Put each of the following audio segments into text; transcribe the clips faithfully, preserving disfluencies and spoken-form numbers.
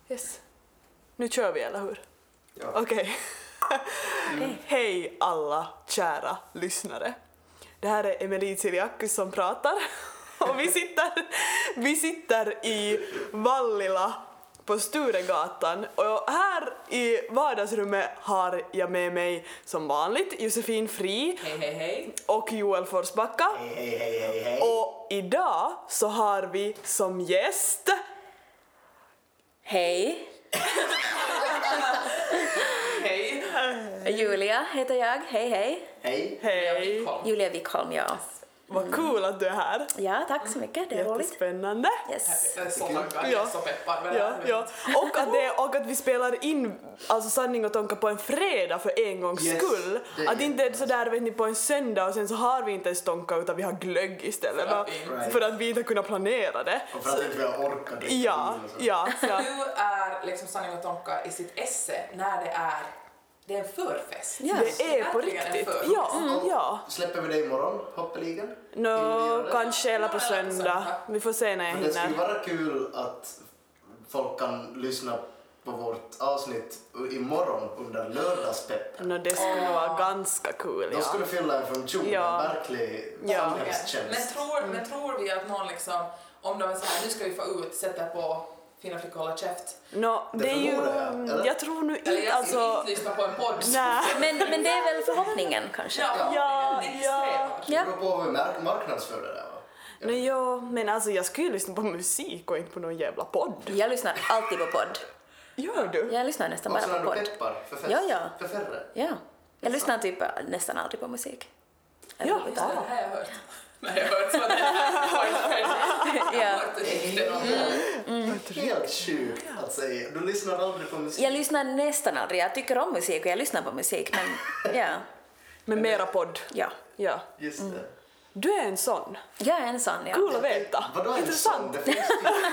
Yes. Nu kör vi, eller hur? Ja. Okej. Okay. Hej alla kära lyssnare. Det här är Emelie Tsiriakis som pratar. Och vi sitter, vi sitter i Vallila på Sturegatan. Och här i vardagsrummet har jag med mig som vanligt Josefin Fri. Hej, hej, hej. Och Joel Forsbacka. Hej, hej, hej, hej, hej. Och idag så har vi som gäst... Hej, Hej. Julia heter jag. Hej, hej. Hej. Hej. Julia Wickholm, ja. Vad kul att du är här. Ja, tack så mycket. Det är roligt. Jättespännande. Yes. Jag är så taggad, jag Ja. är så peppad med det Ja, här. ja. Och, att det, och att vi spelar in alltså Sanning och Tonka på en fredag för en gångs Yes, skull. det är Att inte är sådär vet ni, på en söndag och sen så har vi inte ens Tonka utan vi har glögg istället. För att va? vi inte- För att vi inte har kunnat planera det. Och för att inte vi har orkat dricka Ja, vin och så. ja, ja. Nu är liksom Sanning och Tonka i sitt esse när det är det är en förfest. Ja. Det är på verkligen en riktigt. förfest. Ja, ja. Släpper vi det imorgon, hoppeligen? Nå, Vill vi göra det? kanske eller på Ja, eller på söndag. söndag. Vi får se när jag För det skulle hinner. vara kul att folk kan lyssna på vårt avsnitt imorgon under lördagspeppen. Nå, det skulle vara ganska kul, De ja. skulle fylla en funktion, Ja. en verklig Ja. samhällstjänst. Men tror, men tror vi att någon liksom, om de är så här, nu ska vi få ut, sätter på Fina flickor hålla käft. Nå, Det det är ju... förmodar jag, eller? Jag tror nu Eller inte, jag ska alltså... inte lyssna på en podd. Nej. Men, men det är väl förhoppningen kanske? Ja, Ja, ja, ja. Det Ja. beror på hur vi mark- marknadsför det där, va? Nå, ja, men alltså jag skulle ju lyssna på musik och inte på någon jävla podd. Jag lyssnar alltid på podd. Gör du? Jag lyssnar nästan Också bara när på du podd. peppar för fest. Ja, ja. För färre. Ja. Jag lyssnar typ nästan aldrig på musik. Ja. Överhuvudtaget. Det här har jag hört. Nej, jag har hört så. Det här har jag hört. Jag har Ja. hört det rykten om det. Helt sjukt att säga. Du lyssnar aldrig på musik. Jag lyssnar nästan aldrig. Jag tycker om musik och jag lyssnar på musik, men ja. Med mera podd. Ja. Ja. Just det. Du är en sån. Jag är en sån, ja. Kul att veta. Vadå en sån? Intressant. Det finns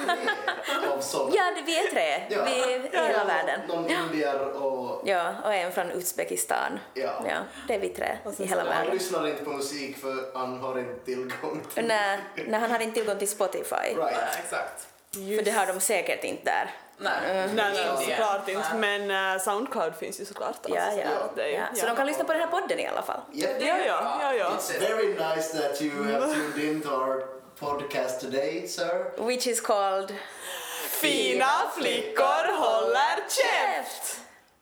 ju mer av sådana. Ja, det, vi är tre. Ja. Vi är i hela världen. De indier och... Ja, och en från Uzbekistan. Ja. Ja, det är vi tre i hela Han världen. lyssnar inte på musik för han har inte tillgång till... Nej, nej, han har inte tillgång till Spotify. Right. Ja, exakt. För det har de säkert inte där. Nej, Nej, nej, Indien. såklart inte. Nej. Men uh, Soundcloud finns ju såklart. Alltså, Ja, ja. så det är ju- Ja. Så de kan lyssna på den här podden i alla fall. Yep. Ja, ja, ja, ja. It's very nice that you have tuned in to our podcast today, sir. Which is called... Fina flickor håller käft!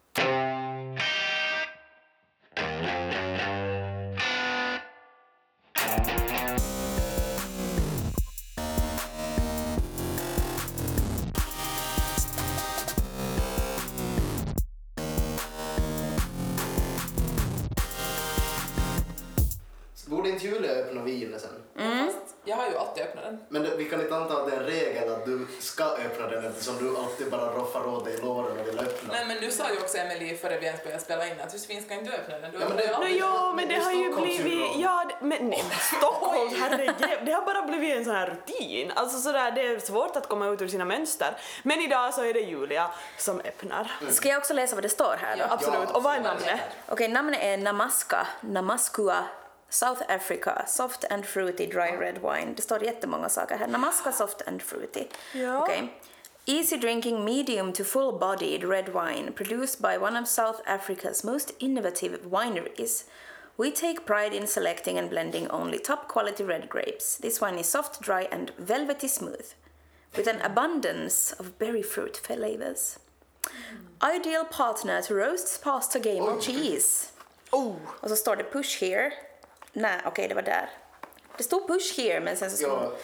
Borde inte Julia öppna vinet sen? Fast jag har ju alltid öppnat den. Men det, vi kan inte anta att det är en regel att du ska öppna den eftersom du alltid bara roffar åt dig i låren och vill öppna. Nej, men nu sa ju också Emelie före vi ens började spela in att Josefin ska inte du öppna den. Du Ja, men öppnar ju det- Nå alltid. jo, men det Det är har ju Stockholmssyndrom. blivit... Ja, det- men nej, men Stockholm, herregud. Det har bara blivit en sån här rutin. Alltså sådär, det är svårt att komma ut ur sina mönster. Men idag så är det Julia som öppnar. Ska jag också läsa vad det står här då? Ja. Absolut. Och vad är namnet? Okej, namnet är Namaska, Namaskua, South Africa, soft and fruity dry red wine. Det står jättemånga saker här. Namaska soft and fruity. Ja. Okej. Easy drinking medium to full-bodied red wine produced by one of South Africa's most innovative wineries. We take pride in selecting and blending only top quality red grapes. This wine is soft, dry and velvety smooth with an abundance of berry fruit flavors. Ideal partner to roasts, pasta, game or cheese. Oh, Och så står det push here. Nej, okej, det var där. Det stod push here, men sen så ska man...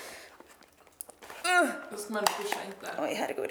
Ja, Då ska man pusha inte där. Oj, herregud.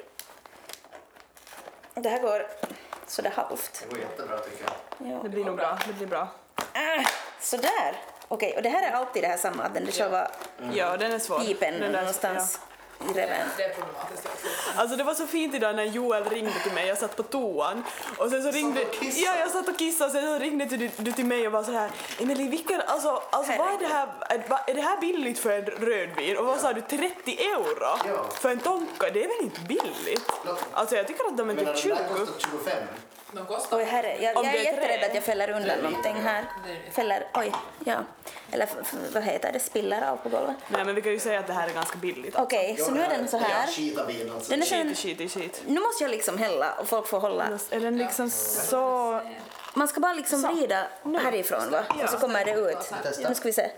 Det här går så det halvt. det går jättebra tycker jag. Ja. det blir nog bra. Det blir bra. Ah, så där. Okej, och det här är alltid det här samma, att den där själva Ja, den är svår. pipen Den där- någonstans i reven. Det är problematiskt också. Alltså det var så fint idag när Joel ringde till mig, jag satt på toan och sen så ringde... och kissade. Ja, jag satt och kissade och sen så ringde du, du till mig och var så här: Emelie, vilken, alltså, alltså vad är det här, är, vad- är det här billigt för en rödvin? Och vad sa du, trettio euro? Ja. För en tonka, det är väl inte billigt? No. Alltså jag tycker att de är Men typ den där tjugo. kostar tjugofem. De kostar. Oj, herre, jag, Om jag det är är jätterädd trä. att jag fäller undan någonting här. Det är- Fäller, oj, ja. Eller f- f- vad heter det, spiller av på golvet. Nej, men vi kan ju säga att det här är ganska billigt. Okej, så nu är den så här. Ja, skitavin alltså. Den är Skit, sen, skit, skit. nu måste jag liksom hälla och folk får hålla. Är den liksom så... Man ska bara liksom vrida härifrån va? Och så kommer det ut. Testa. Nu ska vi se.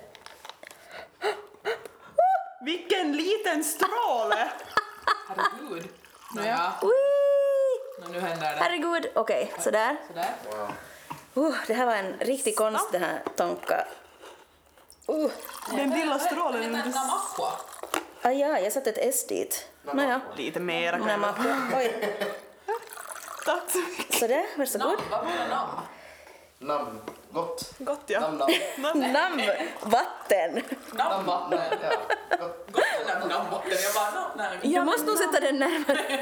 Vilken liten stråle! Herregud. Nåja, Ui! nu händer det. Herregud, okej, sådär. Sådär. Uh, det här var en riktig konst det här tonka. Uh. Den lilla En strålen är liten lite... namakwa. Ah, ja, jag satte ett S dit. Nåja, Lite mera kan jag... namn. Oj, Tack så mycket. sådär, varsågod. Namn, vad var det namn? Namn. Gott. Gott ja. Namn, namn. Namn, vatten. Namnvatten. Ja, gott. Gott namn, namnvatten. Jag bara, namn, nej. Du måste nog sätta den närmare.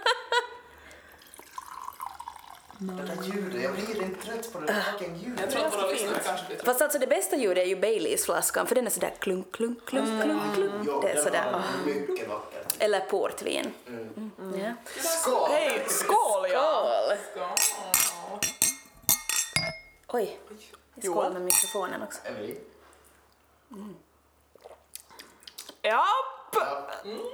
Det där ljudet, jag blir inte trött på det där fucking ljudet. Jag tror att våra lyssnare kanske blir trötta. Fast alltså det bästa ljudet är ju Baileys-flaskan för den är sådär klunk, klunk, klunk, klunk, klunk. Jo, Det är den sådär. var ah. mycket vacker. Eller portvin. Mm. Ja. Skål! Hej, skål ja! Skål! Skål. Oj, skål Johan? med mikrofonen också. Emily? Japp! Ja.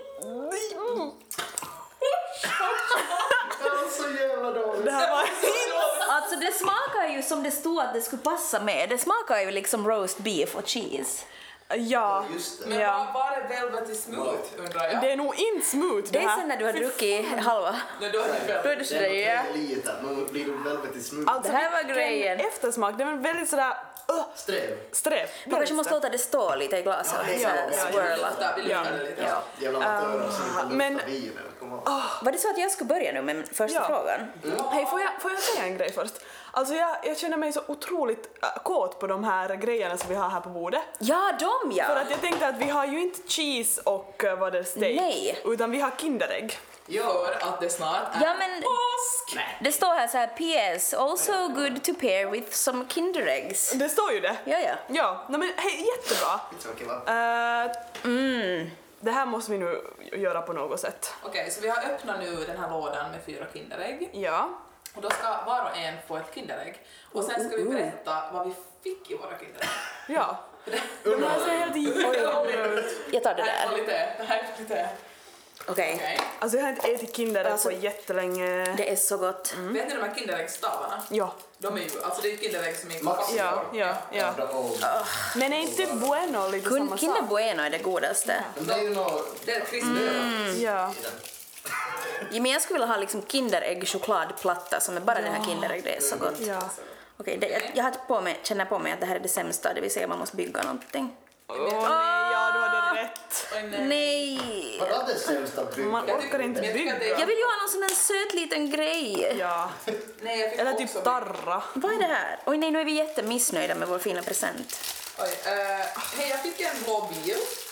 Det var så jävla dåligt. Det här var... Alltså det smakar ju som det stod att det skulle passa med. Det smakar ju liksom roast beef och cheese. Ja, Just det. Men Ja. var, var det velvety smooth, undrar jag? det är nog inte smooth Det det är här. sen när du har druckit halva. Nej, då är det Då är velvety. det sådär, ja. Det är lite, men blir du väldigt smooth. Alltså, Det här var vilken grejen. eftersmak, det är väldigt sådär... Uh, Sträv. sträv. Du kanske måste låta det stå lite i glaset och Ja, så här ja, ja, swirla. Där, vi lyfter det lite. Ja. Jävla amatörer som inte men- luktar vin. Kom ihåg. Var det så att jag skulle börja nu med första Ja. frågan? Hej, får jag, får jag säga en grej först? Alltså jag, jag känner mig så otroligt äh, kåt på de här grejerna som vi har här på bordet. Ja, de ja! För att jag tänkte att vi har ju inte cheese och uh, vad det är steak. Nej. Utan vi har Kinderägg. För att det snart är Ja, men påsk! det står här så här P S also good to pair with some Kinder eggs. Det står ju det. Ja, ja. Ja, nej men hej, jättebra. It's okay, va? Uh, mm. Det här måste vi nu göra på något sätt. Okej, så vi har öppnat nu den här lådan med fyra Kinderägg. Ja. Och då ska var och en få ett Kinderägg. Och sen ska vi berätta vad vi fick i våra Kinderägg. Ja. De här ser helt jävla ut. Jag tar det Det här är där. lite... Det här är lite... Okej, Okej. Alltså jag har inte ätit Kinderägg Alltså, på jättelänge. det är så gott. Vet ni de här Kinderäggsstavarna? Ja. De är ju... Alltså det är ju Kinderägg som är... Max. Ja, ja, ja. Ja. Men är inte Bueno lite Kun- samma Kinder sak? Bueno är det godaste. Men det är ju något Det är krispigt. Ja. i den. Ja, men jag skulle vilja ha liksom Kinderägg chokladplatta som är bara den här Kinderägg, det är så gott. Ja. Okej, det, jag, jag har på mig, känner på mig att det här är det sämsta, det vill säga man måste bygga någonting. Åh nej, ja du hade rätt. Oj, nej. Nej! Vad är det sämsta bygget? Man orkar inte Jag tycker att det bygga. Jag vill ju ha någon sån här söt liten grej. Ja. Nej, jag fick Eller också typ tarra. Vad är det här? Oj nej, nu är vi jättemissnöjda med vår fina present. Oj, uh, hej, jag fick en blå bil.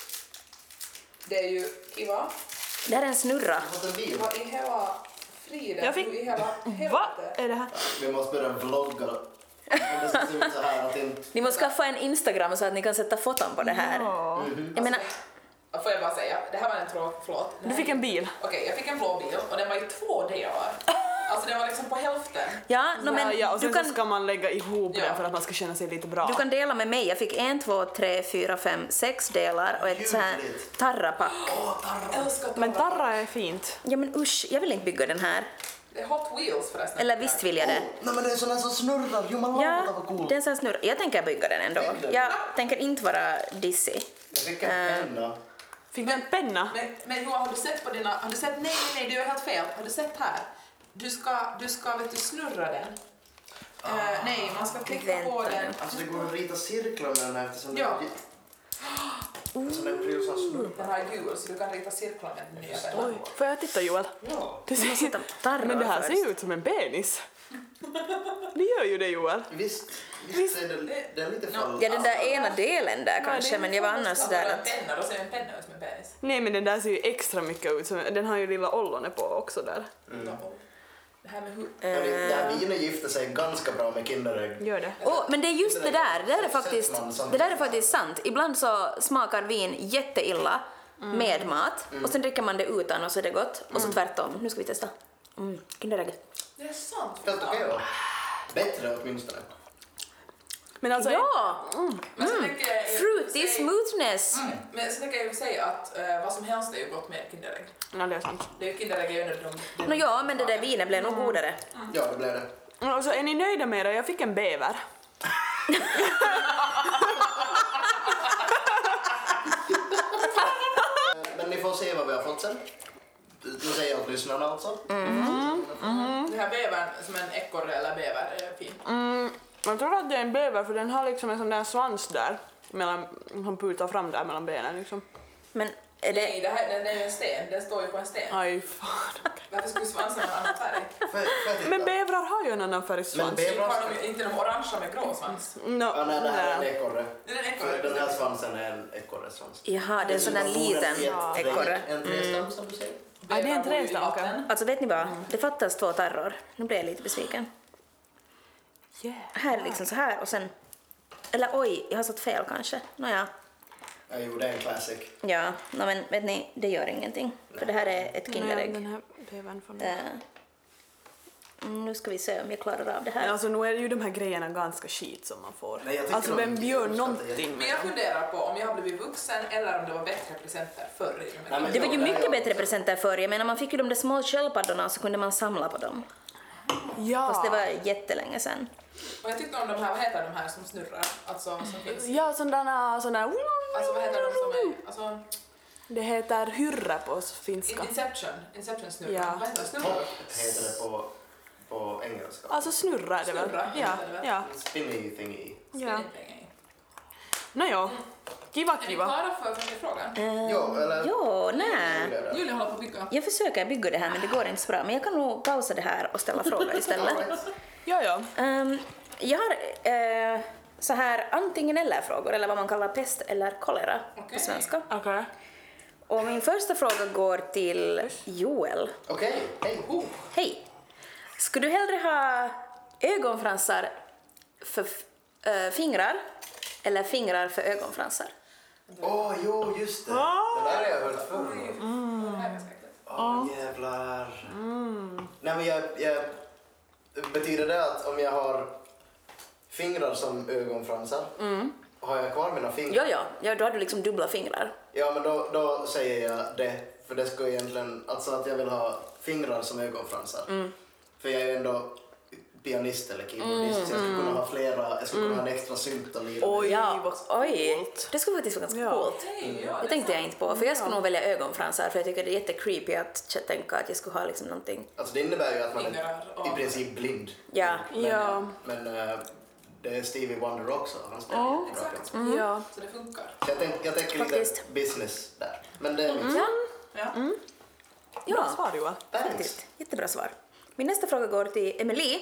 Det är ju kiva. Det här är en snurra. Jag har fått en bil. Vad i hela friden? Jag fick- I hela Vad helvete? är det här? Vi måste börja vlogga. Om det ska se ut så här att inte... Ni måste skaffa en Instagram så att ni kan sätta foton på det här. Ja. Jag menar, Får jag bara säga, det här var en tråk, förlåt. Du fick en bil. Okej, jag fick en blå bil och den var i två delar. Alltså den var liksom på hälften. ja, no, Ja, men ja, och du sen så kan, ska man lägga ihop Ja. den för att man ska känna sig lite bra. du kan dela med mig. Jag fick en, två, tre, fyra, fem, sex delar och ett så här Ljuvligt. tarrapack. Jag älskar Men tarra. tarra är fint. Ja men usch, jag vill inte bygga den här. Det är Hot Wheels förresten. Eller visst vill jag det. Nej men det är sån här som snurrar. Jo man Ja, vad coolt. det är en sån här snurra. Jag tänker bygga den ändå. Jag tänker inte vara dissig. Jag fick en penna. Fick du en penna? Men, men Johan, har du sett på dina... Har du sett... Nej, nej, nej, du är helt fel. Har du sett här? Du ska, du ska vet du, snurra den. Eh, nej, man ska klicka på Vänta den. nu. Alltså det går att rita cirklar med den här eftersom Ja. det är... Så den blir så snurr. Den har gul så du kan rita cirklar med den nya pennan. Oj, får jag titta Joel? Ja. Det ser, Sätta tarrar men det här först. ser ju ut som en penis. Det gör ju det Joel. Visst, visst är det, det är lite fall. Ja, den där ena delen där kanske, det är men jag var annars Alltså, sådär en att... penna, då ser en penna ut som en penis. Nej men den där ser ju extra mycket ut som, den har ju lilla ollonet på också där. Det här med hur... Ja, det- det här vinet gifter sig ganska bra med Kinderägg. Gör det. Oh, men det är just det där, det där är faktiskt, det där är faktiskt sant. Ibland så smakar vin jätteilla med mat och sen dricker man det utan och så är det gott. Och så tvärtom. Nu ska vi testa. Mm, Kinderägg. Det är sant. Helt okej då. Bättre åtminstone. Men alltså, Ja! Men så tänker jag- Fruity säg- smoothness! Mm. Men så tänker jag ju säga att eh, vad som helst är ju gott med Kinderägg. ja, det är sant. Det är ju Kinderägg är ju ändå de... Nå ja, men det där vinet blev nog godare. Ja, det blev det. Alltså, är ni nöjda med det? Jag fick en bäver. Men ni får se vad vi har fått sen. Nu säger jag åt lyssnarna alltså. Den här bävern som en ekorre eller bäver är fin. Mm, jag tror att det är en bäver för den har liksom en sån där svans där. Mellan, som putar fram där mellan benen liksom. Men är det... Nej, det här den är ju en sten. Den står ju på en sten. Aj fan. Varför skulle svansen ha en annan färg? Får jag- får jag titta? Men bävrar har ju en annan färgsvans. Men bävrar- Har de ju inte de orangea med grå svans? No, Ja, nej, det här är en nej. ekorre. Det är en För ekorre. den här svansen är en ekorresvans. Jaha, det är en sån där liten ekorre. En trästam som du säger. Ja, det är en Bävrar bor ju i trästam, okej. vatten. Alltså vet ni vad? Det fattas två tarror. Nu blir jag lite besviken. Yeah. Här är liksom så här och sen... Eller oj, jag har satt fel kanske. Nåja. Ja, jo, det är en classic. Ja, no, men vet ni, det gör ingenting. För det här är ett Nej, Kinderägg. den här bävern får Eh, mm, nu ska vi se om jag klarar av det här. Alltså nu är ju de här grejerna ganska skit som man får. Nej, jag tycker Alltså de- vem gör jag någonting Men med jag dem? funderar på om jag har blivit vuxen eller om det var bättre presenter förr i de här Nej, men- Det var ju Ja, det här mycket är bättre också- presenter förr. Jag menar, man fick ju de där små sköldpaddorna så kunde man samla på dem. Ja. Fast det var jättelänge sedan. Och jag tyckte om de här, vad heter de här som snurrar? Alltså som finns. Ja, sådana, sådana... Alltså vad heter de som är, alltså Det heter hyrra på finska. Inception, Inception snurrar. Ja. Vad heter det? Pop Snurrar? heter det på, på engelska. Alltså snurra är det väl? Snurra, Ja, heter det väl? ja. Spinny thingy. Ja. Spinning. Nåja, kiva Är ni kiva. klara för första frågan? Eh, Ja, eller- Jo, nej. Julia håller på att bygga. Jag försöker bygga det här men det går inte så bra. Men jag kan nog pausa det här och ställa frågor istället. Ja, ja. Um, jag har eh, så här antingen eller frågor, eller vad man kallar pest eller kolera på Okej. svenska. Okej. Och min första fråga går till Joel. Okej, hej. Oh, Hej! Skulle du hellre ha ögonfransar för f- äh, fingrar eller fingrar för ögonfransar? Åh, jo, just det. Den där har jag hört förr. det här är ganska äckligt. Åh, jävlar. Nej, men jag, jag... Betyder det att om jag har fingrar som ögonfransar, har jag kvar mina fingrar? Ja, ja, ja, då har du liksom dubbla fingrar. Ja, men då, då säger jag det. För det ska egentligen... Alltså att jag vill ha fingrar som ögonfransar. För jag är ju ändå pianist eller keyboardist, så jag skulle kunna ha flera... Jag skulle kunna ha en extra synt och lira med. Oj, Ja, vad oj, coolt. det skulle faktiskt vara ganska Ja. coolt. Hej, ja, Det tänkte jag inte på, för jag skulle nog välja ögonfransar för jag tycker det är jättecreepy att tänka att jag skulle ha liksom någonting. Alltså det innebär ju att man Fingrar är och- i princip blind. Ja. Men, Ja. men eh, det är Stevie Wonder också. Han spelar Ja, jättebra exakt. piano. Ja. Så det funkar. Så jag tänker jag tänker lite Faktiskt. business där. Men det är mitt Ja, Ja. Bra ja. svar Johan. Thanks. Faktiskt. Jättebra svar. Min nästa fråga går till Emily.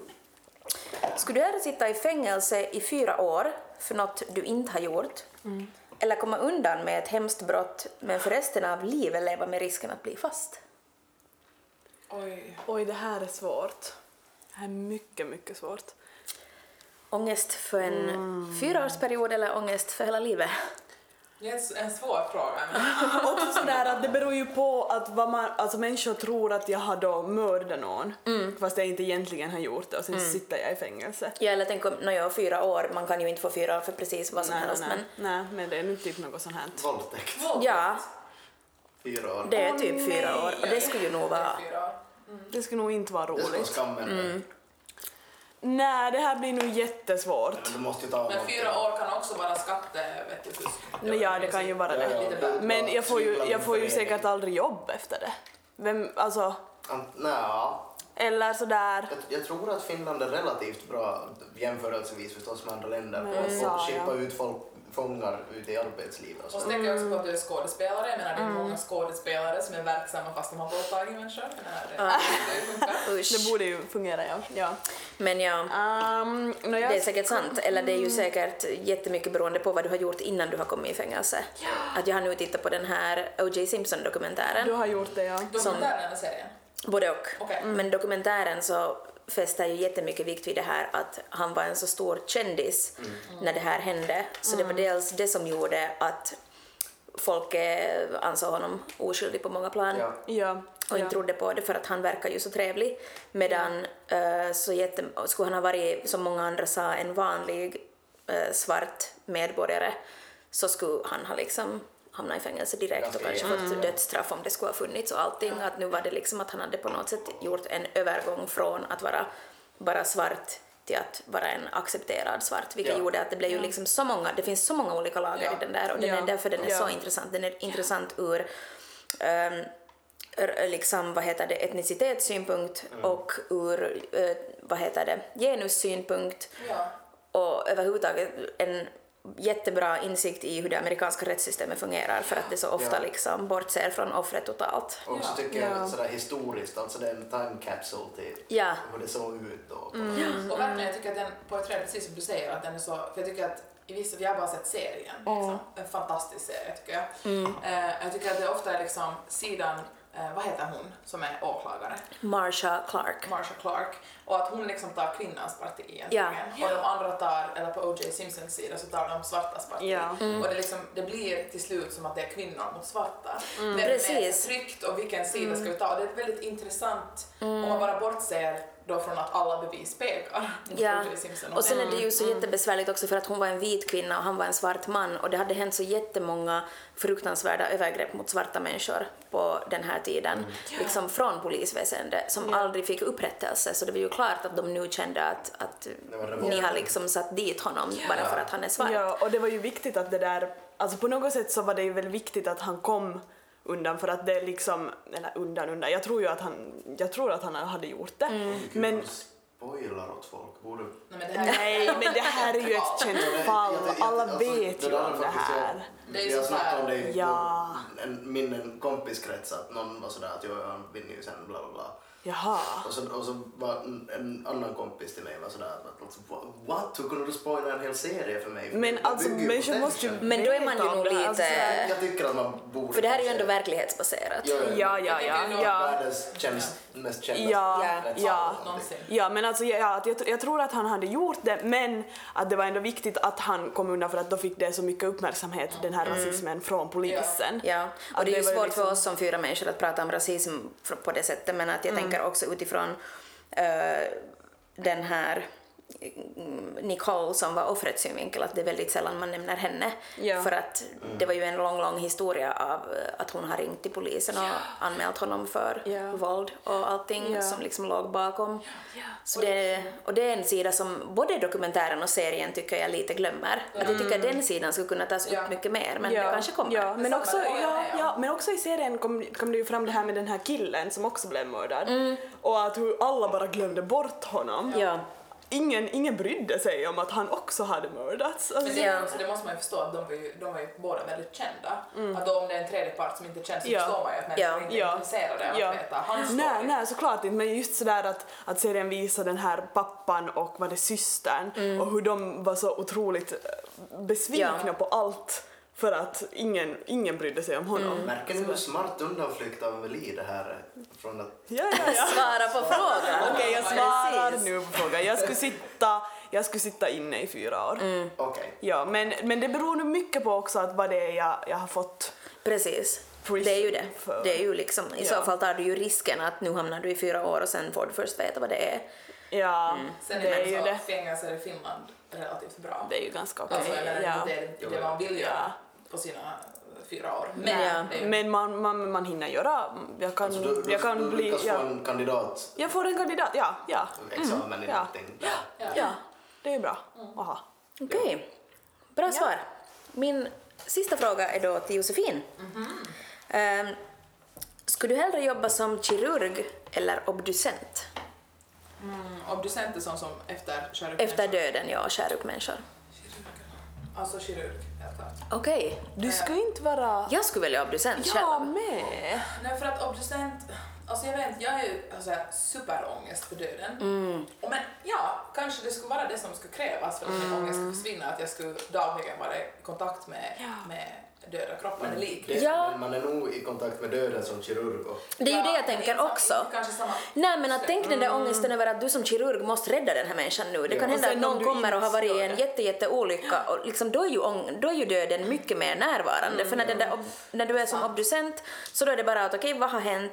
Skulle du hellre sitta i fängelse i fyra år för något du inte har gjort eller komma undan med ett hemskt brott men för resten av livet leva med risken att bli fast? Oj. Oj, det här är svårt. Det här är mycket, mycket svårt. Ångest för en fyraårsperiod eller ångest för hela livet? Det är en- en svår fråga. Men... Också sådär att det beror ju på att vad man, alltså människor tror att jag har då mördat någon fast jag inte egentligen har gjort det och sen sitter jag i fängelse. Ja, eller tänk om när jag har fyra år, man kan ju inte få fyra år för precis vad som Nej, helst, nej, nej, men det är nu typ något sånt här. Våldtäkt. men ja, Fyra år. det är typ fyra år och det skulle ju nog vara... Fyra år. Det skulle nog inte vara Det ska vara roligt. skammen. Nej, det här blir nog jättesvårt. Men du måste ju ta Men någonting. fyra år kan också vara skattefusk. Nej, ja, det kan ju vara Ja, det. ja, det- Men jag får ju, Snickla jag får ju med säkert förening. aldrig jobb efter det. Vem, alltså, Ant- Nja, eller sådär. jag, jag tror att Finland är relativt bra jämförelsevis förstås med andra länder på Mm. att Ja, skippa ja. ut folk, fångar ute i arbetslivet och Och så. så tänker jag också på att du är skådespelare. Jag menar, det är många skådespelare som är verksamma fast de har våldtagit människor. Jag menar, det, det funkar. Usch. Det borde ju fungera, ja. ja. Men ja, Um, no, jag, det är säkert sant. Eller det är ju säkert jättemycket beroende på vad du har gjort innan du har kommit i fängelse. Att jag har nu tittat på den här O J Simpson-dokumentären. Du har gjort det, ja. Dokumentären eller serien? Både och. Okej. Men dokumentären så fäster ju jättemycket vikt vid det här att han var en så stor kändis när det här hände. Så det var dels det som gjorde att folk eh, ansåg honom oskyldig på många plan. Ja. Ja, och Ja. inte trodde på det för att han verkar ju så trevlig, medan eh, så jätte, skulle han ha varit, som många andra sa, en vanlig eh, svart medborgare, så skulle han ha liksom hamnat i fängelse direkt Ganska och kanske jämnt. fått dödsstraff om det skulle ha funnits och allting. Att nu var det liksom att han hade på något sätt gjort en övergång från att vara bara svart till att vara en accepterad svart, vilket Ja. gjorde att det blev ju liksom så många, det finns så många olika lager Ja. i den där, och den Ja. är därför den är Ja. så intressant. Den är intressant ur um, liksom, vad heter det, etnicitetssynpunkt och ur uh, vad heter det, genussynpunkt, Ja. och överhuvudtaget en jättebra insikt i hur det amerikanska rättssystemet fungerar, för att det så ofta Ja. liksom bortser från offret totalt. Och så Ja. tycker jag Ja. sådär historiskt, alltså det är en time capsule till Ja. hur det såg ut då. Och verkligen, jag tycker att den porträtterar, precis som du säger, att den är så, för jag tycker att i vissa, vi har bara sett serien, liksom. En fantastisk serie tycker jag. Eh, jag tycker att det ofta är liksom sidan, eh, vad heter hon som är åklagare? Marsha Clark. Marsha Clark, och att hon liksom tar kvinnans parti egentligen. Ja. Och de andra tar, eller på O J Simpsons sida så tar de svartas parti. Ja. Och det, liksom, det blir till slut som att det är kvinnor mot svarta. Vem är Precis. tryggt och vilken sida ska vi ta? Och det är väldigt intressant om man bara bortser då från att alla bevis pekar mot Ja, O J Simpson. och sen är det ju så jättebesvärligt också för att hon var en vit kvinna och han var en svart man, och det hade hänt så jättemånga fruktansvärda övergrepp mot svarta människor på den här tiden, liksom från polisväsendet, som aldrig fick upprättelse, så det var ju klart att de nu kände att, att Det var revolt. ni har liksom satt dit honom bara för att han är svart. Ja, och det var ju viktigt att det där, alltså på något sätt så var det ju väl viktigt att han kom undan, för att det liksom, eller undan undan, jag tror ju att han, jag tror att han hade gjort det, Gud, men vad spoilar åt folk. Borde... Nej, men det här, nej, men det här är ju ett känt fall, Jag- jag- alla alltså, vet ju där är om det faktiskt här. Jag, Det är ju jag så snackade om här- det i Ja. en, min en kompiskrets, att någon var sådär att jo, han vinner ju sen bla bla bla. Jaha. Och så, och så var en, en annan kompis till mig var sådär att alltså, what? Hur kunde du spoila en hel serie för mig? För Men det alltså bygger ju på människor den måste ju känslan. Men då är man ju veta om nog det här, lite- alltså, sådär- Jag tycker att man borde... För det här är ju ändå se- verklighetsbaserat. Jo, jo, Ja, ja, ja, Jag tycker ja. Världens känns, mest kända Ja, rättsfall ja. någonsin. Ja, men alltså ja, att jag, jag tror att han hade gjort det, men att det var ändå viktigt att han kom undan, för att då fick det så mycket uppmärksamhet, den här rasismen från polisen. Ja, och Att det är ju var svårt liksom- för oss som fyra människor att prata om rasism fr- på det sättet, men att jag tänker också utifrån eh, den här mm, Nicole som var offrets synvinkel, att det är väldigt sällan man nämner henne, Ja. för att det var ju en lång, lång historia av eh, att hon har ringt till polisen och anmält honom för Ja. våld och allting Ja. som liksom låg bakom. Så det, och det är en sida som både dokumentären och serien tycker jag lite glömmer. Att jag tycker att den sidan skulle kunna tas upp Ja. mycket mer, men Ja, det kanske kommer. Ja, men Detsamma, också, det håller jag ja, med om. ja, men också i serien kom, kom det ju fram det här med den här killen som också blev mördad. Och att hur alla bara glömde bort honom. Ja. Ingen, ingen brydde sig om att han också hade mördats. Alltså, Men det, Ja. är också, det måste man ju förstå att de var ju, de var ju båda väldigt kända. Att då om det är en tredje part som inte känns så Ja. förstår man ju att människor Ja. inte är Ja. intresserade av Ja. att veta hans story. Nej, nej, såklart inte, men just sådär att, att serien visar den här pappan och vad det systern och hur de var så otroligt eh, besvikna Ja. på allt för att ingen, ingen brydde sig om honom. Märker ni hur smart undanflykt av Amelie det här är? Från att... Ja, ja, ja. Svara på frågan. Okej, jag svarar Precis. nu på frågan. Jag skulle sitta, jag skulle sitta inne i fyra år. Okej. Ja, men, men det beror nog mycket på också att vad det är jag, jag har fått. Precis. Prison Det är ju det. för- Det är ju liksom, i så Ja. fall tar du ju risken att nu hamnar du i fyra år och sen får du först veta vad det är. Ja, Sen det är är ju så det. fängelser i Finland relativt bra. Det är ju ganska okej. Alltså, jag menar, ja. det är det man vill göra på sina fyra år. Men, Ja. det är ju, Men man, man, man hinner göra, jag kan, Alltså, du, du, jag kan du bli, lyckas få ja. en kandidat Jag får en kandidat, ja, ja, examen i Ja. någonting. ja. ja, det är bra. Aha. Okej. Bra svar. Min sista fråga är då till Josefin. Ehm, skulle du hellre jobba som kirurg eller obducent? Mm, obducent är sån som efter skär upp Efter människor. döden, ja, skär upp människor. Alltså kirurg, helt klart. Okej. Du ska inte vara... Jag skulle välja obducent Jag själv. med. Nej, för att obducent, alltså jag vet inte, jag är ju alltså, superångest för döden. Och men ja, kanske det skulle vara det som skulle krävas för att min ångest skulle försvinna, att jag skulle dagligen vara i kontakt med, med döda kroppar eller lik. Det, Ja. men man är nog i kontakt med döden som kirurg. Och, Det är ju Ja, det jag men tänker inte sam- också. inte kanske samma. Nej, men att tänk den där ångesten över att du som kirurg måste rädda den här människan nu. Det Ja. kan Och hända att sen om någon du kommer och har varit i inte en gör jätte, jätte olycka och liksom då är ju, ång- då är ju döden mycket mer närvarande. För när, den där, ob- när du är som obducent så då är det bara att okej, vad har hänt?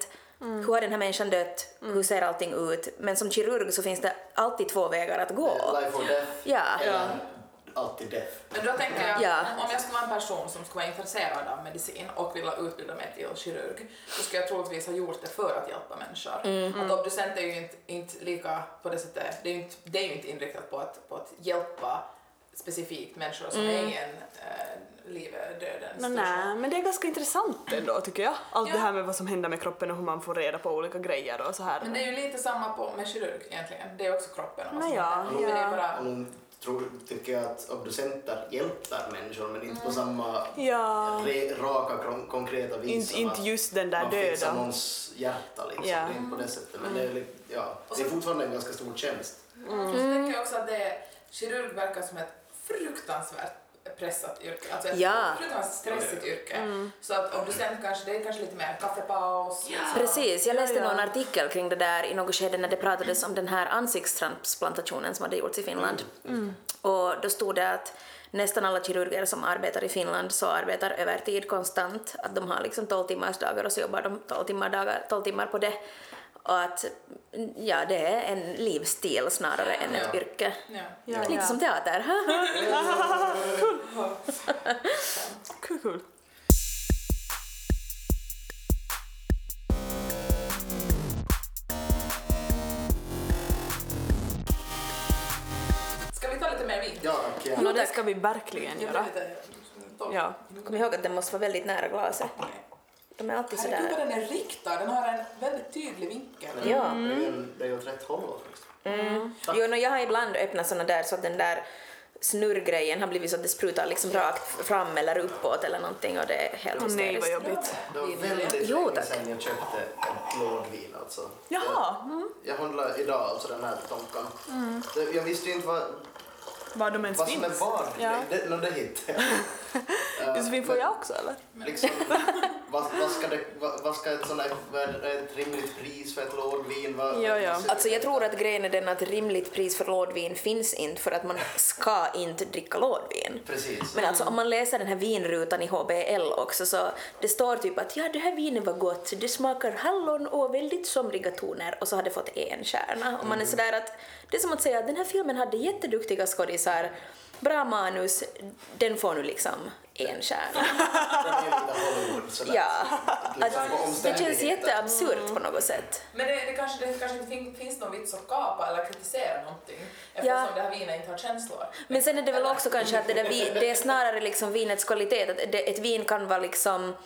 Mm. Hur har den här människan dött? Mm. Hur ser allting ut? Men som kirurg så finns det alltid två vägar att gå. Life or death. Ja. Eller alltid death. Men då tänker jag, ja. om jag skulle vara en person som skulle vara intresserad av medicin och vilja utbilda mig till kirurg, så skulle jag troligtvis ha gjort det för att hjälpa människor. Mm. Att obducent är ju inte, inte lika på det sättet, det är ju inte, det är ju inte inriktat på att, på att hjälpa specifikt människor som mm. är i en äh, livet, döden. No, nej, men det är ganska intressant ändå tycker jag. Allt ja. det här med vad som händer med kroppen och hur man får reda på olika grejer och så här. Men det är ju lite samma på, med kirurg egentligen. Det är också kroppen. Och Nej, ja, ja. Men det är bara... tror, tycker jag att obducenter hjälper människor men inte på Mm. samma Ja. re, raka, konkreta vis. Inte, inte just den där man döda. Man fixar någons hjärta liksom, Ja. det är inte på det sättet. Men det är, li- ja, det är fortfarande en ganska stor tjänst. Mm. Så tänker jag också att det, kirurg verkar som ett fruktansvärt pressat yrke, alltså ett Ja. fruktansvärt stressigt yrke. Mm. Så att obducent kanske, det är kanske lite mer kaffepaus. Ja. Precis, jag läste Ja, ja. någon artikel kring det där i något skede när det pratades om den här ansiktstransplantationen som hade gjorts i Finland. Mm. Och då stod det att nästan alla kirurger som arbetar i Finland så arbetar övertid konstant, att de har liksom tolv timmars dagar och så jobbar de tolv timmar, dagar, tolv timmar på det. Och att ja, det är en livsstil snarare än ett Ja. yrke. Ja. Ja, Lite ja. som teater. Kul. Kul, kul. Ska vi ta lite mer vin? Ja, tack. Ja. No, det ska vi verkligen Jag göra. blir lite torr. Ja. Kom ihåg att den måste vara väldigt nära glaset. De är alltid Herregud vad sådär. den är riktad, den har en väldigt tydlig vinkel. Ja. Det är ju det är ju åt rätt håll faktiskt. Mm. Jo, no, jag har ibland öppnat såna där så att den där snurrgrejen har blivit så att det sprutar liksom rakt fram eller uppåt eller någonting och det är helt Åh nej vad hysteriskt. jobbigt. Det var väldigt Jo, länge tack. sedan jag köpte ett lådvin alltså. Jaha. Jag, jag handlade idag alltså den här tonkan. Det- Jag visste ju inte vad, Vad de ens vad som är finns. vad. Ja. Det, no, det hittade jag. Josefin, får jag också eller? Liksom, vad, vad, ska det, vad, vad ska ett sånt här, vad är ett rimligt pris för ett lådvin? Vad, Ja, ja. Alltså jag tror att grejen är den att rimligt pris för lådvin finns inte för att man ska inte dricka lådvin. Precis. Men alltså om man läser den här vinrutan i H B L också så det står typ att ja det här vinet var gott, det smakar hallon och väldigt somriga toner och så hade fått en stjärna. Och man är sådär att det är som att säga att den här filmen hade jätteduktiga skådisar, bra manus, den får nu liksom en stjärna. Den är lite Hollywood sådär. Ja, Liksom att på det känns omständigheter. jätteabsurt på något sätt. Men det, det, kanske, det kanske inte fin, finns någon vits att kapa eller kritisera någonting eftersom Ja. det här vinet inte har känslor. Men sen är det väl också kanske att det, där vi, det är snarare liksom vinets kvalitet, att det, ett vin kan vara liksom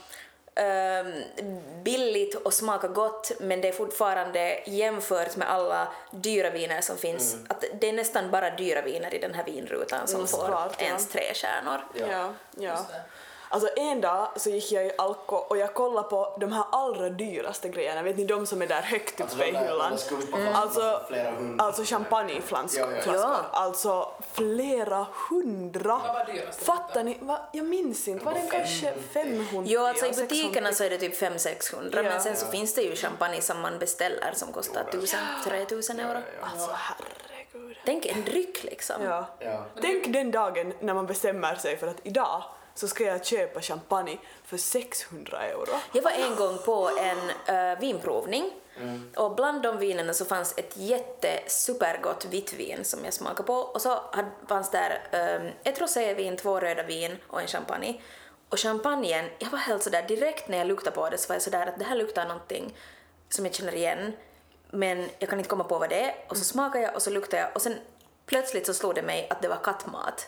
ehm, billigt och smaka gott men det är fortfarande jämfört med alla dyra viner som finns, att det är nästan bara dyra viner i den här vinrutan som Mm, får såklart, ja. ens tre stjärnor. Ja. Ja, ja. Just det. Alltså en dag så gick jag i Alko och jag kollade på de här allra dyraste grejerna, vet ni de som är där högt Alltså, uppe i de där- hyllan? de skumpar fast Alltså, flera hundra. alltså champagneflaskor, Ja, ja, ja. flaskor. Alltså flera hundra. Vad var dyrast? Fattar ni? Va? Jag minns inte, var den kanske femhundra? Jo, alltså i sexhundra? butikerna så är det typ fem till sexhundra Ja. men sen så finns det ju champagne som man beställer som kostar tusen till tre tusen euro. Alltså herregud. Tänk en dryck liksom. Ja. Ja. Tänk den dagen när man bestämmer sig för att idag så ska jag köpa champagne för sexhundra euro. Jag var en gång på en uh, vinprovning och bland de vinerna så fanns ett jätte supergott vitt vin som jag smakade på och så hade, fanns där um, ett rosévin, två röda vin och en champagne. Och champagnen, jag var helt sådär direkt när jag luktade på det så var jag sådär att det här luktar någonting som jag känner igen men jag kan inte komma på vad det är och så smakade jag och så luktade jag och sen plötsligt så slog det mig att det var kattmat.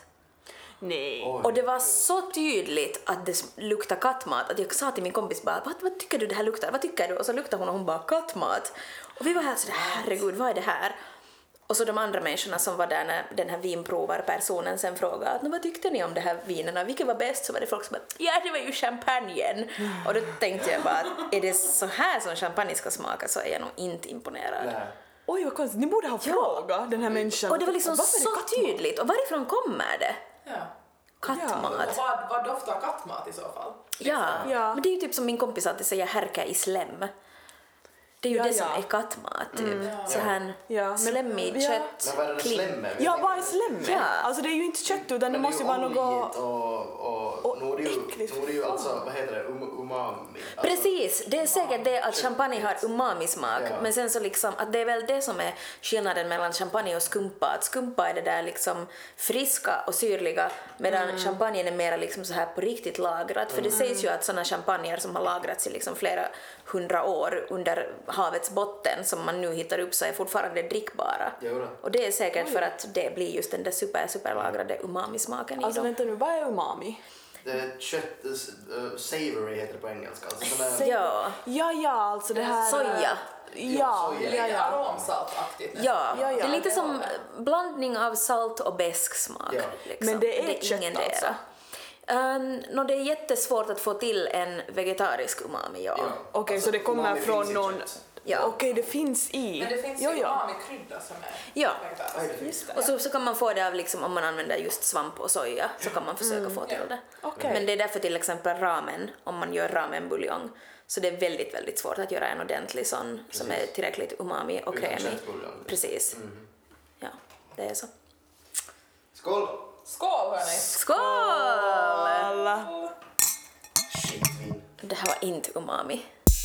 Nej. Oj. Och det var så tydligt att det luktar kattmat att jag sa till min kompis bara vad, vad tycker du det här luktar? Vad tycker du? Och så luktade hon och hon bara kattmat. Och vi var här sådär herregud vad är det här? Och så de andra människorna som var där när den här vinprovarpersonen sen frågade att, vad tyckte ni om det här vinerna? Vilket var bäst? Så var det folk som bara ja det var ju champagnen. Och då tänkte jag bara att är det så här som champagne ska smaka så är jag nog inte imponerad. Nej. Oj vad konstigt, ni borde ha frågat den här människan. Och det var liksom Varför är det så kattmat? tydligt. Och varifrån kommer det? Ja. Kattmat. Och vad, vad doftar kattmat i så fall? Ja, Ja. men det är ju typ som min kompis alltid säger härka i slem. Det är ju Ja, det som ja. är kattmat, typ. Mm. Så här Ja, men- slemmig ja. kött. Men vad är det klim. slemmet? Ja, vad är slemmet? Ja. Alltså det är ju inte kött utan det Men måste ju vara något... oljigt och, och, och nu är det ju, äckligt. nu är det ju alltså, vad heter det, um, umami. Alltså, Precis, det är säkert det att champagne har umami-smak, Ja. men sen så liksom att det är väl det som är skillnaden mellan champagne och skumpa, att skumpa är det där liksom friska och syrliga medan Mm. champagne är mer liksom så här på riktigt lagrat, för det sägs ju att såna champagner som har lagrats i liksom flera hundra år under havets botten som man nu hittar upp så är fortfarande drickbara. Jo då. Och det är säkert för att det blir just den där super superlagrade umami-smaken i Alltså dem. vänta nu, vad är umami? Det är kött, uh, savory heter det på engelska. Alltså, som är, Ja, Ja, ja, alltså det här... soja. Ja, soja. ja, Lite ja. aromsaltaktigt nästan. Ja, Ja, ja. det är lite Det som håller. blandning av salt och besk smak. Ja. Liksom. Men det är kött ingendera. alltså? Um, no, det är jättesvårt att få till en vegetarisk umami, ja. Ja. Okej, Alltså, så det kommer umami från finns i någon... kött. Ja. Okej, det finns i... Men det finns Jo, ju ja. umami-krydda som är Ja. vegetarisk. Aj, det finns. Och så, så kan man få det av, liksom, om man använder just svamp och soja, så kan man försöka Mm. få till Ja. det. Okej. Men det är därför till exempel ramen, om man gör ramenbuljong, så det är väldigt, väldigt svårt att göra en ordentlig sån som är tillräckligt umami och Utan krämig. köttbuljong. Precis. Mhm. Ja, det är så. Skål! Skål hörni! Skål! Alla. Skitvin. Det här var inte umami.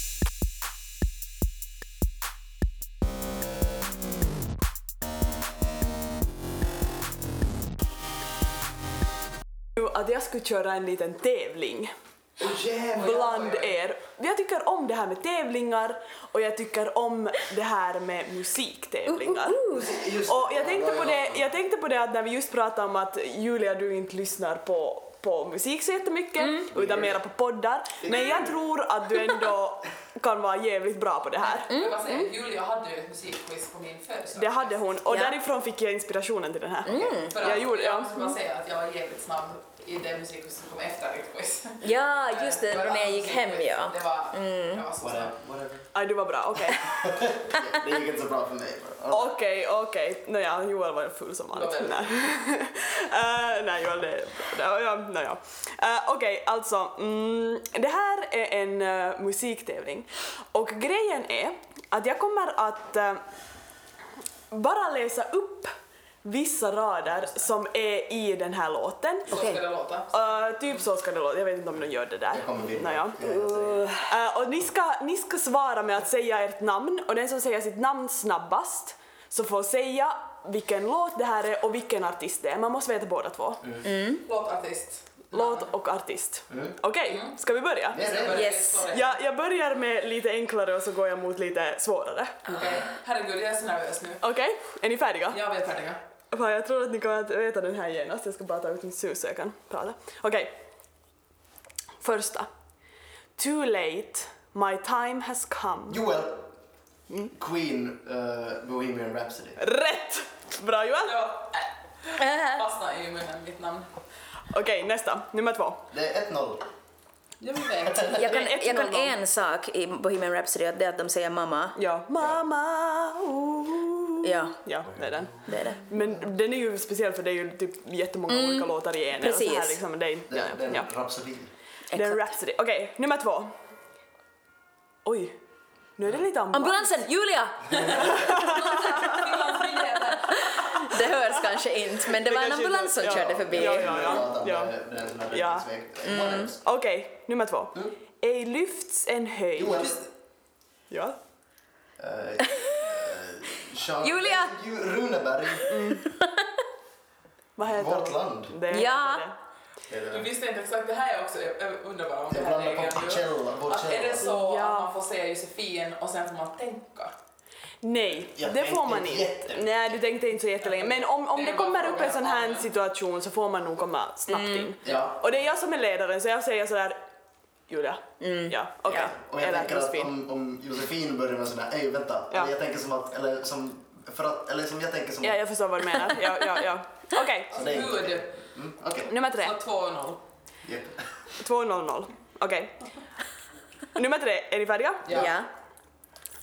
Att jag skulle köra en liten tävling Åh jävlar! bland er. Jag tycker om det här med tävlingar och jag tycker om det här med musiktävlingar. Just Och jag det, tänkte, ja, på ja. det, jag tänkte på det att när vi just pratade om att Julia, du inte lyssnar på, på musik så jättemycket Mm. utan mera på poddar. Men jag tror att du ändå kan vara jävligt bra på det här. Jag vill bara säga, Julia hade ju ett musikquiz på min födelsedag. Det hade hon och Ja. därifrån fick jag inspirationen till den här. För Jag att, gjorde- ja. jag måste bara säga att jag var jävligt snabb i det musikquiz som kom efter ditt quiz. Ja, just det, när jag gick hem, ja. Det var, jag var så snabb. Whatever, whatever. Aj, du var bra, okej. Ja, det gick inte så bra för mig. bara. Okej, okej. Nåja, Joel var full som vanligt. Ja, Nej, uh, nej Joel, det... Ja, ja, nåja. Uh, okej, alltså. Mm, det här är en uh, musiktävling. Och grejen är att jag kommer att uh, bara läsa upp vissa rader som är i den här låten. Så ska det låta. Uh, typ så ska det låta. Jag vet inte om de gör det där. Jag kommer vinna. Nåja. Jag är helt säker. Uh, och ni ska, ni ska svara med att säga ert namn och den som säger sitt namn snabbast så får säga vilken låt det här är och vilken artist det är. Man måste veta båda två. Låtartist. Låt och artist. Mm. Okej, ska vi börja? Det är det. Yes. Ja, jag börjar med lite enklare och så går jag mot lite svårare. Okej. Herregud, jag är så nervös nu. Okej, är ni färdiga? Ja, vi är färdiga. Fan, jag tror att ni kommer att veta den här genast. Jag ska bara ta ut mitt sus så jag kan prata. Okej. Första. Too late, my time has come. Joel. Queen, uh, Bohemian Rhapsody. Rätt! Bra Joel. Ja, äh, fastna i munnen mitt namn. Okej, nästa. Nummer två. Det är ett noll. Jag vet. Jag kan, Det är ett jag kan noll noll. en sak i Bohemian Rhapsody, att det är att de säger mamma. Ja. Mamma. Ooh. Ja, Ja, det är den. det är det. Men den är ju speciell för det är ju typ jättemånga olika låtar i en. eller Så här, precis. liksom, det är, Det, ja, det är en ja. rapsodi. Det är en Rhapsody. Okej, nummer två. Oj, nu är det lite ambulans. Ambulansen! Julia! Finlands nyheter. Det hörs kanske inte, men det var en kanske ambulans som inte- ja, körde förbi. ja, ja, ja. Ja, ja. det, det är en sån här Ja. räddningsväg. Whatever. Okej, nummer två. Mm. Ej lyfts en höjd. Joel. Ja. Eh, eh, Jean- Julia! Ju- Runeberg. Vad heter Vårt hon? land. Det heter Ja. det. Det är Du det. visste inte exakt, det här är också, jag undrar bara om det Jag här blandar är på egen Coachella. Att är det Coachella. så Ja. att man får säga Josefin och sen får man tänka? Nej, Jag det får tänkte man inte. jätte- Nej, du tänkte inte så jättelänge. Men om, om Det det är bara kommer upp en sån här frågan. situation så får man nog komma snabbt in. Ja. Och det är jag som är ledaren så jag säger sådär Julia. Ja, okej. Ja. Och jag Eller tänker att Josefin. om, om Josefin börjar med sådär, ej vänta. Ja. Eller jag tänker som att, eller som, för att, eller som jag tänker som Ja, jag förstår vad du menar. Ja, ja, ja. Okej, Så det är inte Gud. Mm, okej. nummer tre. Så två noll. Japp. två noll noll. Okej. Nummer tre, är ni färdiga? Ja. Ja.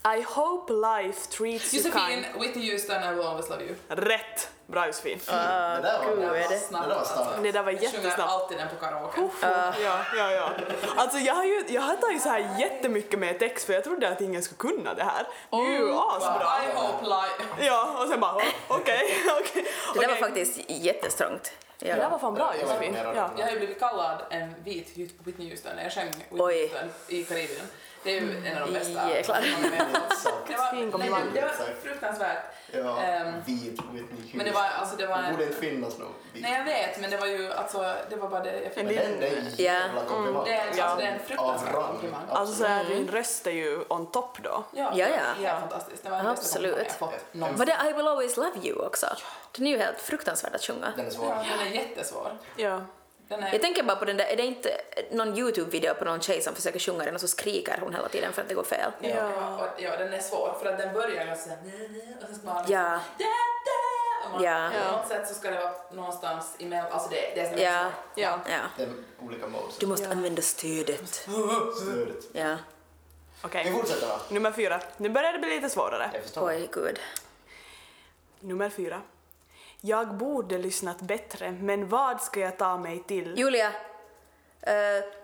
I hope life treats you Josefin, kind. Whitney Houston, I will always love you. Rätt! Bra Josefin. det där var, gud, det är det? Snabbt, där var starkt. alltså. Det där var Jag sjunger jättesnabbt. alltid den på karaoke. Ja, ja, ja. Alltså jag har ju jag har tagit så här jättemycket med text för jag trodde att ingen skulle kunna det här. Det är ju asbra. I hope life. Ja, och sen bara okej, okej. okej. Det där var faktiskt jättestrångt. Ja. Det där var fan bra Jag var Josefin. imponerad. Ja. Jag har ju blivit kallad en vit hytt på Whitney Houston när jag sjöng Whitney Oj. Houston i Karibien. Det är ju en av de bästa. Jäklar. Exakt. Det var, Fin nej, komplimang. det var Exakt. fruktansvärt. Ja, Ehm, vid Whitney Houston. Men det var, alltså det var Det borde inte finnas någon vid. Nej jag vet, men det var ju alltså, det var bara det jag fick. En Men den, det är en Ja. jävla komplimang. Det är, alltså, Ja. det är en fruktansvärd Av rang. komplimang. Alltså så här, din röst är ju on top då. Ja, Ja, det var ja. helt Ja. fantastiskt. Det var den bästa Absolut. komplimangen jag fått någonsin. Var det I will always love you också? Den är ju helt fruktansvärd att sjunga. Den är svår. Ja, den är jättesvår. Ja. Den är, Jag tänker bara på den där, är det inte någon YouTube-video på någon tjej som försöker sjunga den och så skriker hon hela tiden för att det går fel? ja. Ja. Och, ja, den är svår för att den börjar ganska såhär och sen ska man Ja. da, da, och man, Ja. på något sätt så ska det vara någonstans emellan, alltså det, det är som är Ja, svårt. Ja. ja. Det är olika modes. Du måste använda stödet. Stödet. Ja. Okej. Vi fortsätter va? Nummer fyra. Nu börjar det bli lite svårare. Jag förstår. Oj, gud. Nummer fyra. Jag borde lyssnat bättre, men vad ska jag ta mig till? Julia. eh,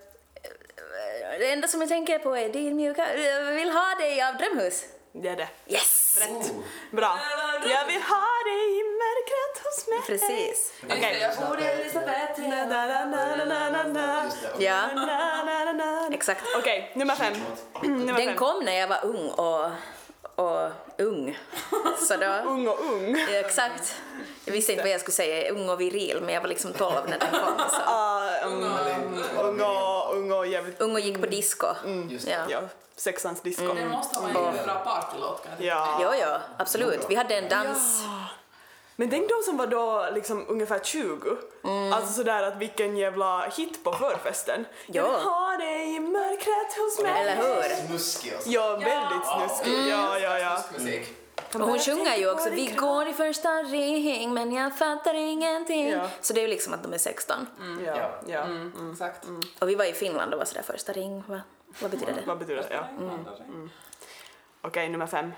det enda som jag tänker på är din mjuka... Jag vill ha dig av Drömhus. Det är det. Yes! Rätt. Bra. Jag vill ha dig i mörkret hos mig. Precis. Just Okej. det, jag borde lyssna bättre. Na, na, na, na, na, na, na. Just det. Ja, Na, na, na, na. exakt. Okej, nummer fem. Nummer Den fem. kom när jag var ung och, och ung. Så då... Ung och ung. Ja, exakt. Jag visste inte vad jag skulle säga, ung och viril, men jag var liksom tolv när den kom. Så. Ah, um, ung och, ung och jävligt... Ung och gick på disco. Just det. Ja. Ja, sexans disco. Det måste vara en jävla bra partylåt kanske. Ja. Jo, jo, absolut. Vi hade en dans. Men tänk de som var då liksom ungefär tjugo. Alltså sådär att vilken jävla hit på förfesten. Jag vill Ja. ha dig i mörkret hos mig. Eller hur? Snuskig alltså. Ja, väldigt snuskig. Ja, ja, ja. Musik. Och hon sjunger ju också vi går i första ring men jag fattar ingenting. Ja. Så det är ju liksom att de är sexton. Ja, ja. Exakt. Och vi var i Finland och var sådär första ring. Va? Vad betyder det? Vad betyder det? Ja. Mm. Okej, nummer fem.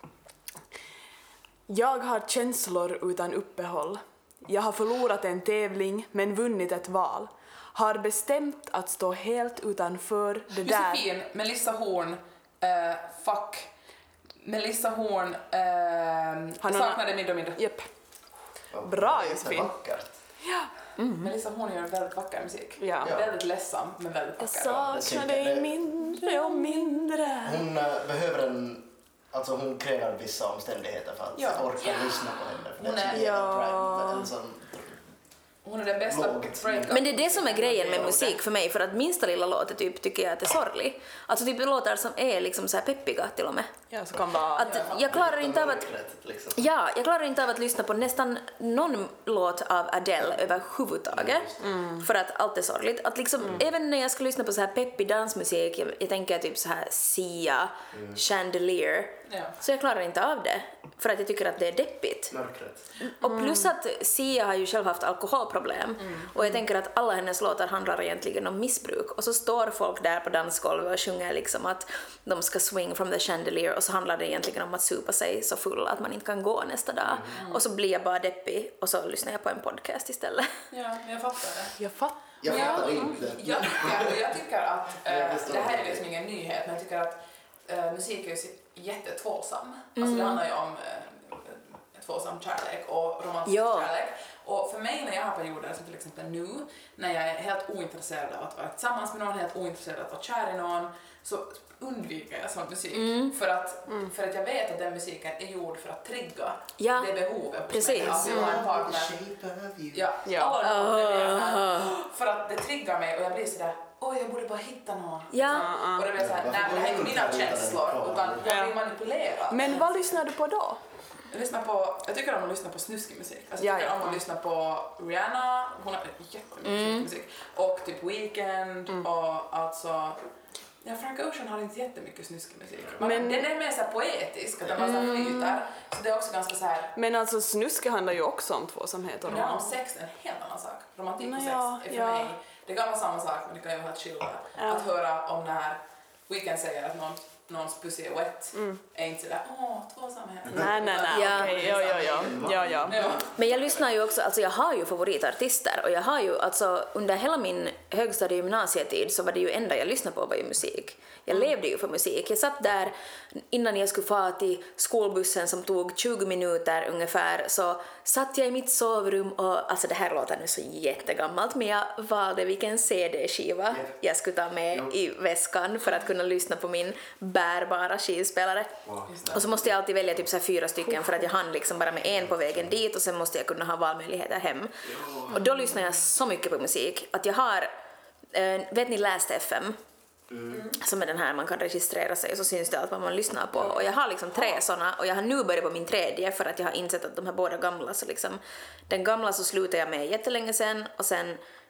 Jag har känslor utan uppehåll. Jag har förlorat en tävling men vunnit ett val. Har bestämt att stå helt utanför det där. Josefin, Melissa Horn, eh, fuck. Melissa Horn, eh, någon- saknade mindre och mindre. Japp. Ja, Bra, det är Josefin. vackert. Melissa Horn gör väldigt vacker musik. Ja. Ja. Väldigt ledsam, men väldigt Jag vacker. saknar dig mindre och mindre. Hon äh, behöver en... Alltså hon kräver vissa omständigheter för att Ja. orka lyssna på henne. För Hon det är är- så jävla Ja. drag, en sån... Hon är den bästa Lågt. breakup. Men det är det som är grejen med musik för mig, för att minsta lilla låt typ, tycker jag att det är sorglig. Alltså typ låtar som är liksom så här peppiga till och med. Ja, så kan vara... Att jag klarar inte av att Mörkret, liksom. Ja, jag klarar inte av att lyssna på nästan någon låt av Adele överhuvudtaget. För att allt är sorgligt. Att liksom, även när jag ska lyssna på så här peppig dansmusik, jag, jag tänker typ så här Sia, Chandelier, Ja. så jag klarar inte av det. För att jag tycker att det är deppigt. Mörkret. Och plus att Sia har ju själv haft alkoholproblem. Och jag tänker att alla hennes låtar handlar egentligen om missbruk. Och så står folk där på dansgolvet och sjunger liksom att de ska swing from the chandelier. Och så handlar det egentligen om att supa sig så full att man inte kan gå nästa dag. Och så blir jag bara deppig och så lyssnar jag på en podcast istället. Ja, men jag fattar det. Jag fattar. Jag Ja, fattar inte. Jag tycker, jag tycker att, Jag eh, förstår det här är det. liksom ingen nyhet, men jag tycker att eh, musik är ju jättetvåsam. Alltså det handlar ju om eh, tvåsam kärlek och romantisk Ja. kärlek. Och för mig när jag har perioder som till exempel nu, när jag är helt ointresserad av att vara tillsammans med någon, helt ointresserad av att vara kär i någon, så undviker jag sån musik. För, att, för att jag vet att den musiken är gjord för att trigga Ja, det behovet hos precis. mig. Att jag har en partner. Shape of you. Ja, Ja. alla de låtarna blir jag så här, för att det triggar mig och jag blir sådär, oj jag borde bara hitta någon. Ja. Och det blir såhär, nej men det här är inte mina känslor utan jag blir manipulerad. Men vad lyssnar du på då? Jag, lyssnar på, jag tycker om att lyssna på snuskig musik. Alltså, jag Ja, tycker ja. om att lyssna på Rihanna, hon har jättemycket mm. musik. Och typ Weekend och alltså... Ja, Frank Ocean har inte jättemycket snuskig musik. Man, Men- den är mer så här poetisk, att den bara så här flyter. Så det är också ganska så här. Men alltså snuske handlar ju också om tvåsamhet och Men det handlar romans. om sex, är en helt annan sak. Romantik och Nå, sex ja, är för ja. mig, det kan vara samma sak men det kan ju vara helt skilda. Ja. Att höra om när Weekend säger att någon någons pussy är wet mm. är inte sådär åh, två samhällen. Nej, nej, nej, Ja. okej, ja, ja, ja, ja, ja. Ja. Men jag lyssnar ju också, alltså jag har ju favoritartister och jag har ju, alltså under hela min högstadie- och gymnasietid så var det ju enda jag lyssnade på var ju musik. Jag mm. levde ju för musik. Jag satt där innan jag skulle få till skolbussen som tog tjugo minuter ungefär, så satt jag i mitt sovrum och, alltså det här låter nu så jättegammalt, men jag valde vilken C D-skiva yeah. jag skulle ta med jo. i väskan för att kunna lyssna på min bärbara skivspelare. Wow. Och så måste jag alltid välja typ så här fyra stycken för att jag hann liksom bara med en på vägen dit och sen måste jag kunna ha valmöjligheter hem. Jo. Och då lyssnar jag så mycket på musik att jag har, äh, vet ni Last F M? Mm. Som är den här man kan registrera sig och så syns det allt vad man lyssnar på, och jag har liksom tre såna och jag har nu börjat på min tredje för att jag har insett att de här båda gamla, så liksom den gamla så slutade jag med jättelänge sen och sen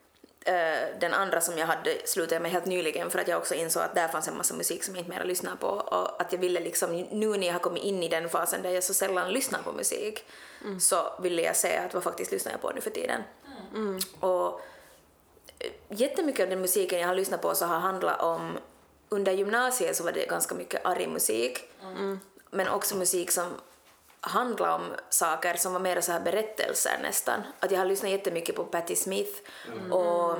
uh, den andra som jag hade slutade jag med helt nyligen för att jag också insåg att där fanns en massa musik som jag inte mer lyssnar på och att jag ville liksom, nu när jag har kommit in i den fasen där jag så sällan lyssnar på musik mm. så ville jag säga att vad faktiskt lyssnar jag på nu för tiden mm. och jättemycket av den musiken jag har lyssnat på så har handlat om, under gymnasiet så var det ganska mycket arg musik mm. men också musik som handlar om saker som var mer så här berättelser nästan. Att jag har lyssnat jättemycket på Patti Smith mm. och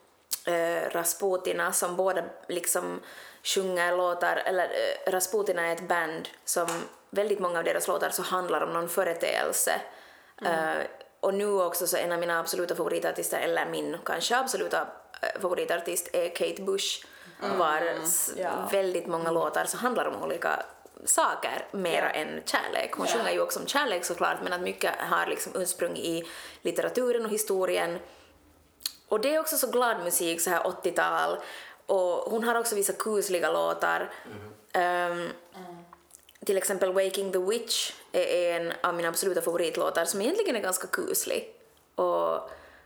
äh, Rasputina som båda liksom sjunger låtar, eller äh, Rasputina är ett band som väldigt många av deras låtar så handlar om någon företeelse mm. äh, och nu också så en av mina absoluta favoritartister, eller min kanske absoluta favoritartist är Kate Bush mm. var ja. väldigt många låtar så handlar om olika saker mera ja. än kärlek. Hon ja. sjunger ju också om kärlek såklart, men att mycket har liksom ursprung i litteraturen och historien. Och det är också så glad musik, så här åttiotal, och hon har också vissa kusliga låtar. Mm. Um, mm. Till exempel Waking the Witch är en av mina absoluta favoritlåtar som egentligen är ganska kuslig. Och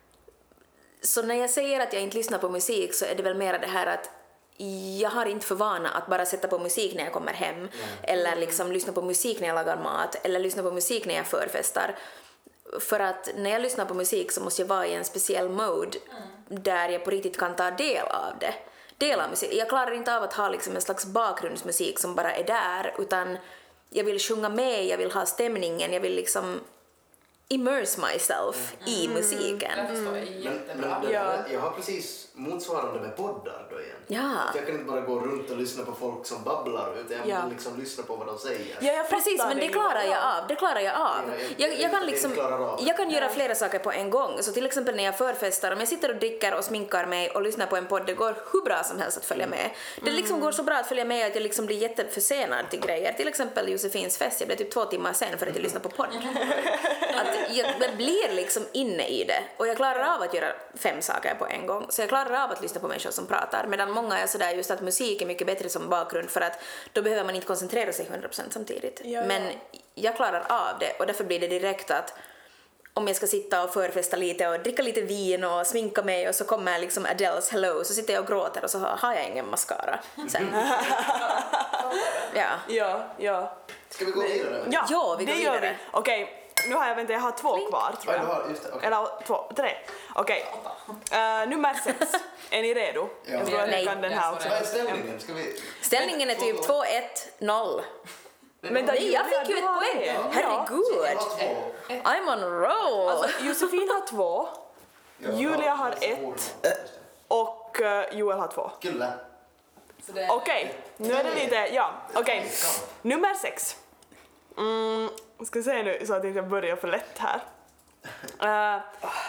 så när jag säger att jag inte lyssnar på musik så är det väl mer det här att jag har inte för vana att bara sätta på musik när jag kommer hem mm. eller liksom lyssna på musik när jag lagar mat eller lyssna på musik när jag förfestar. För att när jag lyssnar på musik så måste jag vara i en speciell mode mm. där jag på riktigt kan ta del av det. Del av musik. Jag klarar inte av att ha liksom en slags bakgrundsmusik som bara är där, utan jag vill sjunga med, jag vill ha stämningen, jag vill liksom immerse myself mm. i musiken. Jag förstår, jättebra. Men, men ja. jag har precis motsvarande med poddar då igen. Ja. Jag kan inte bara gå runt och lyssna på folk som babblar, utan jag ja. vill liksom lyssna på vad de säger. Ja, jag precis, men det klarar jag av. Det klarar jag av. Ja, jag, jag, jag kan liksom, jag kan göra flera saker på en gång. Så till exempel när jag förfestar, om jag sitter och dricker och sminkar mig och lyssnar på en podd, det går hur bra som helst att följa med. Det liksom går så bra att följa med att jag liksom blir jätteförsenad till grejer. Till exempel Josefins fest, jag blev typ två timmar sen för att jag lyssnar på podd. Att jag, jag blir liksom inne i det, och jag klarar av att göra fem saker på en gång, så jag klarar av att lyssna på människor som pratar, medan många är sådär just att musik är mycket bättre som bakgrund för att då behöver man inte koncentrera sig hundra procent samtidigt. Ja, ja. Men jag klarar av det, och därför blir det direkt att om jag ska sitta och förfesta lite och dricka lite vin och sminka mig och så kommer liksom Adele's Hello, så sitter jag och gråter och så har jag ingen mascara sen. ja. Ja, ja. Ska vi gå vidare? Ja, ja vi går det vidare. gör vi. Okej. Okay. Nu har jag, vänta, jag har två Flink. kvar, tror jag. Ja, du har, just det, okay. Eller två, tre. Okej. Okay. Uh, nummer sex. Är ni redo? Ja. Jag tror att Nej. ni kan den här också. Vad är ställningen? Ska vi... Ställningen är typ två ett noll. Men Nej, jag fick ju ett poäng. Ja. Herregud. I'm on a roll. Alltså, Josefin har två. Ja, Julia har ett. Och uh, Joel har två. Kyllä. Okej, okay. Nu är det lite, ja. Okej, okay. Nummer sex. Mm, ska se nu så att jag inte börjar för lätt här. Uh,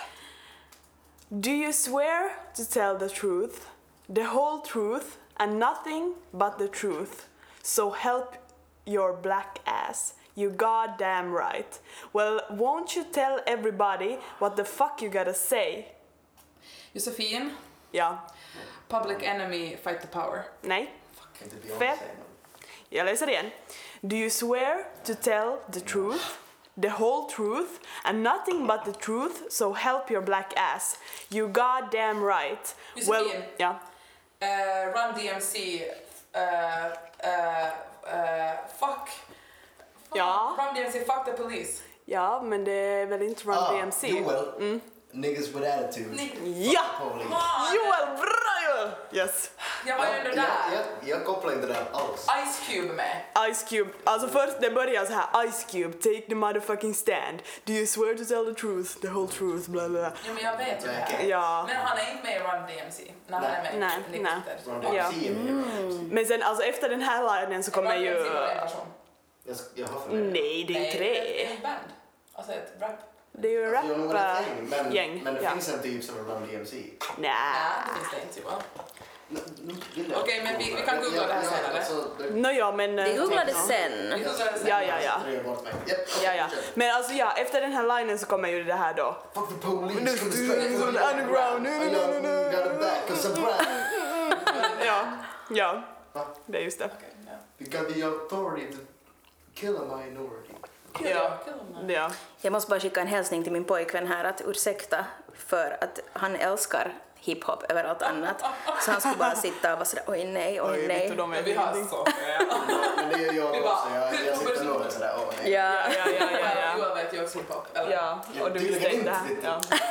do you swear to tell the truth, the whole truth and nothing but the truth, so help your black ass? You goddamn right. Well, won't you tell everybody what the fuck you gotta say? Josefin. Ja. Public Enemy, Fight the Power. Nej. Fel. Jag läser igen. Do you swear to tell the truth, the whole truth, and nothing but the truth, so help your black ass? You goddamn right. Josefin. Well, ja. Uh, Run D M C, uh, uh, uh, fuck. Ja. Run D M C, fuck the police. Ja, men det är väl inte Run ah, D M C? Joel. Mm. Niggas with attitude. Ni- ja! Police. Joel, bra Joel! Yes. Jag var ju ändå jag, där. jag, jag kopplar inte det här alls. Ice Cube med. Ice Cube, alltså först det börjar så här: Ice Cube, take the motherfucking stand. Do you swear to tell the truth, the whole truth, bla bla bla. Ja, men jag vet ju det här. Ja. Men han är inte med i Run D M C. När han är med Nej, i nej. Nykter. Ja. Mm. Men sen alltså efter den här linen så kommer Run D M C ju... var en person. Jag, jag har för mig. Nej, det är ju Nej, tre. det är ett band. Alltså ett rap. Det är ju Alltså, jag har nog ett gäng, men, rap-gäng. men det Ja. finns en typ som Run D M C. Nej. Nej, det finns det inte Johan. Okej, Okej, men vi- vi kan googla det här senare. Alltså, Nå ja, men... Vi eh, googlade ja. sen. Vi googlar det sen. Ja, ja, ja. Drev bort mig. Japp, Ja, ja. fortsätt. Men alltså ja, efter den här linen så kommer ju det här då. Fuck the police, Du- come du- straight du- from the underground. I know, got a back of some brand. Ja, ja. Va? Det är just det. Okej, ja. You got the authority to kill a minority. Kill Ja. them, kill them. Ja. Jag måste bara skicka en hälsning till min pojkvän här att ursäkta för att han älskar hiphop över allt annat. Så han skulle bara sitta och vara sådär oj nej, oj Oj, nej. vet du, de Men vet vi har ingenting. så. Ja. Men det gör jag Vi också. bara, Jag, jag sitter nog och sådär, åh nej. Ja. Ja, ja, ja, ja. Johan vet ju också hiphop. eller? Ja, och du Tydligen visste inte det inte, här. vet Ja.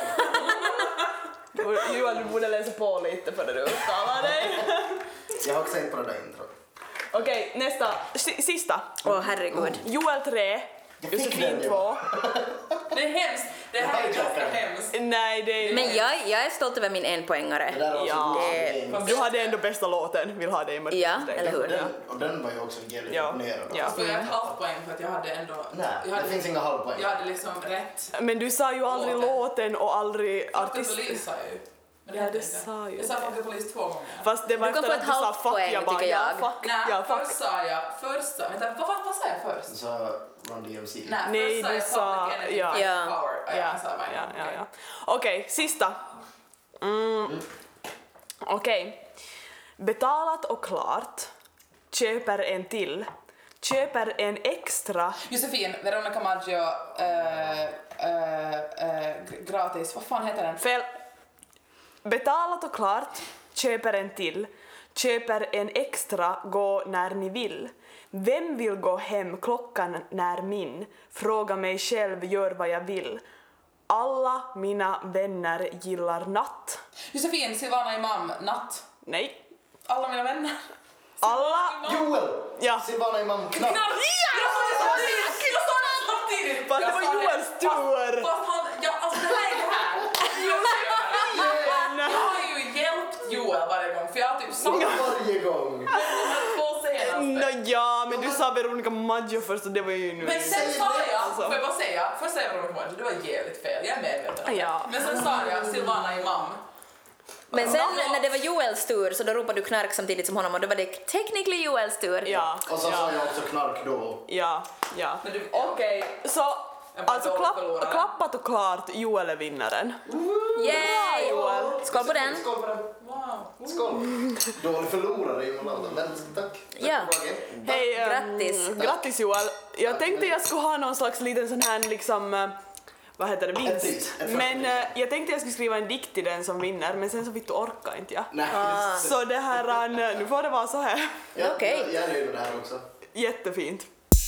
Du borde- Johan, du borde läsa på lite för det du uttalar dig. Jag har också tänkt på det där intro. Okej, nästa. Si- Sista. Åh herregud. Joel tre, Jag fick Josefin den, ja. två. Det är hemskt. Det här är Jag ganska hijackar. hemskt. Nej, det är... Men jag, jag är stolt över min Det enpoängare. där var Ja. också Det- en Du hade ändå bästa låten, vill ha det i mörkret. Ja, eller hur? och den, och den var ju också jävligt Ja. imponerande. Ja. Så jag har ett halvt poäng för att jag hade ändå... Nej, jag hade, det finns inga halvpoäng. Jag hade liksom rätt. Men du sa ju aldrig Låten. låten och aldrig Fuck the artist. police sa jag ju. Men Ja, hette det inte. sa ju Jag sa det. fuck the police två gånger. Fast det var Du kan efter få att ett du sa halvt fuck, poäng, jag bara tycker ja, jag. fuck, Nej, ja, fuck. först sa jag... Först sa... Vänta, vad, vad sa jag först? Så Run D M C. Nej, Nej, först du sa sa- jag public enemy, ja. fight Ja. power. Ja, Ja, jag sa bara ja, ja, okej. ja. Okej, sista. Mm. Okej. Betalat och klart. Köper en till. Köper en extra. Josefin, Veronica Maggio, äh, äh, äh, gratis, vad fan heter den? Fel. Betalat och klart. Köper en till. Köper en extra. Gå när ni vill. Vem vill gå hem klockan när min? Fråga mig själv, gör vad jag vill. Alla mina vänner gillar natt. Josefin, Silvana Imam, natt. Nej. Alla mina vänner. Alla... Joel! Ja. Silvana Imam Knapp! Ja! Jag sa det samtidigt! Jag sa det samtidigt! Fast det Jag var sa Joels Fast, tur. fast han, ja, alltså det här är det här. Jag har ju hjälpt Joel varje gång för jag har typ sagt Varje gång! de här två senaste. Nå ja, men du sa Veronica Maggio först och det var ju nu... Men sen sa jag, Alltså. får jag bara säga, först sa jag Veronica Maggio, det var jävligt fel, jag är medveten om det. Ja. Men sen sa jag Silvana Imam. Men sen när det var Joels tur så då ropade du knark samtidigt som honom och då var det technically Joels tur. Ja, Och så ja, sa jag också knark då. ja, ja. Men du- Okej, så Jag bara alltså dåligt klapp, förlorare. klappat och klart, Joel är vinnaren. Yay! Joel. Skål på den. Skål på den. Wow. Skål. Dålig förlorare i Molanda, men tack. Tack Ja. Roger. Hej, ehm, Grattis. Grattis Joel. Jag tänkte jag skulle ha någon slags liten sån här liksom, eh, vad heter det, Ett vinst. pris, ett Men pris. eh, jag tänkte jag skulle skriva en dikt till den som vinner, men sen så fick du orka inte jag. Nej, Så det här, eh, nu får det vara så här. ja, Okej. jag, jag är nöjd med det här också. Jättefint.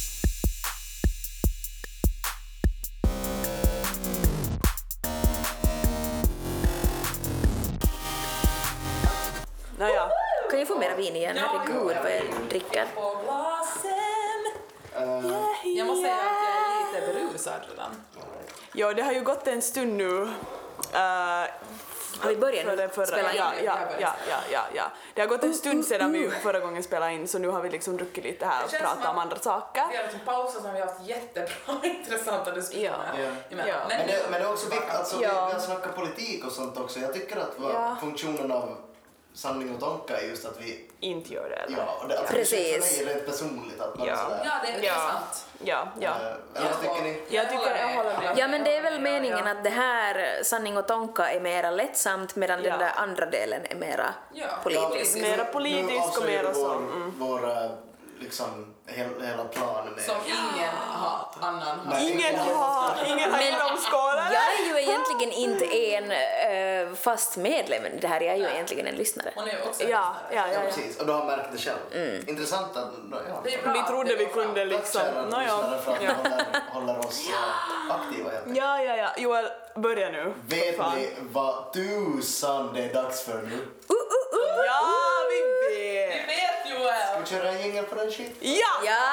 Nåja. Kan jag få mera vin igen? Herregud vad jag dricker. På glasen. Uh, Jag måste säga att jag är lite berusad redan. Ja, det har ju gått en stund nu. Uh, Har vi börjat nu Förra, förra, spela in? ja, ja, Jag börjar ja, ja, ja, ja. Det har gått en stund sedan vi förra gången spelade in så nu har vi liksom druckit lite här och Det känns pratat som om att- andra saker. Vi har liksom pausat som vi har haft jättebra intressanta diskussioner. Ja. emellan. Ja. men, det, men det är också viktigt, alltså, Ja. vi, vi har snackat politik och sånt också. Jag tycker att vad, Ja. funktionen av sanning och tanka är just att vi... Inte gör det eller? Ja, och det, alltså, Precis. det känns för mig rent personligt att man Ja. är sådär... Ja, det är Ja. intressant. Ja, ja. Eh, eller vad tycker ni? Jag tycker jag håller med. Ja men det är väl meningen att det här sanning och tanka är mera lättsamt medan Ja. den där andra delen är mera Ja. politisk. Ja, Mera nu- politisk nu och avslöjar mera vi så, Vår, mm. vår eh, liksom, hel, hela plan med... Som ingen har, annan har. Nej. Ingen har, ingen har Men genomskådat jag är ju egentligen inte en eh, fast medlem i det här, jag är ju egentligen en lyssnare. Hon är ju också Ja, lyssnare. ja, Ja, ja. ja. precis. Och du har märkt det själv. Intressant att... Ja. Det är bra Vi att trodde det vi går fram. kunde liksom... Tack kära Nå, ja. lyssnare för att ni Ja. håller, håller oss eh, aktiva helt enkelt. ja, ja, ja. Joel, börja nu. Vet Fan. ni vad tusan det är dags för nu? Uh, uh, uh. Ja, vi Vi vet! vet Joel! Ska vi köra en jingel på den skit? Ja! Ja.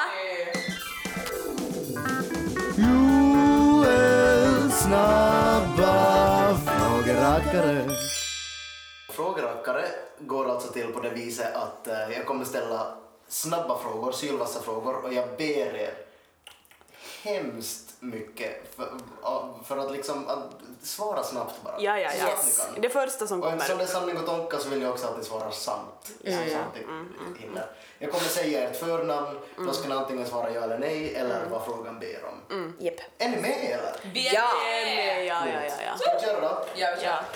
Joels snabba frågerackare. Frågerackare går alltså till på det viset att eh, jag kommer ställa snabba frågor, sylvassa frågor, och jag ber er hemskt mycket för, för att liksom att svara snabbt bara. Ja, ja, ja. Yes. Det första som Och eftersom det kommer. är sanning och tonka så vill jag också att ni svarar sant. Mm. Så att det hinner. Jag kommer säga ert förnamn, då ska ni antingen svara ja eller nej eller vad frågan ber om. Japp. Är ni med eller? Vi är Ja. med! Ja, ja, ja, ja. Ska vi köra då? Ja, vi kör. Ja.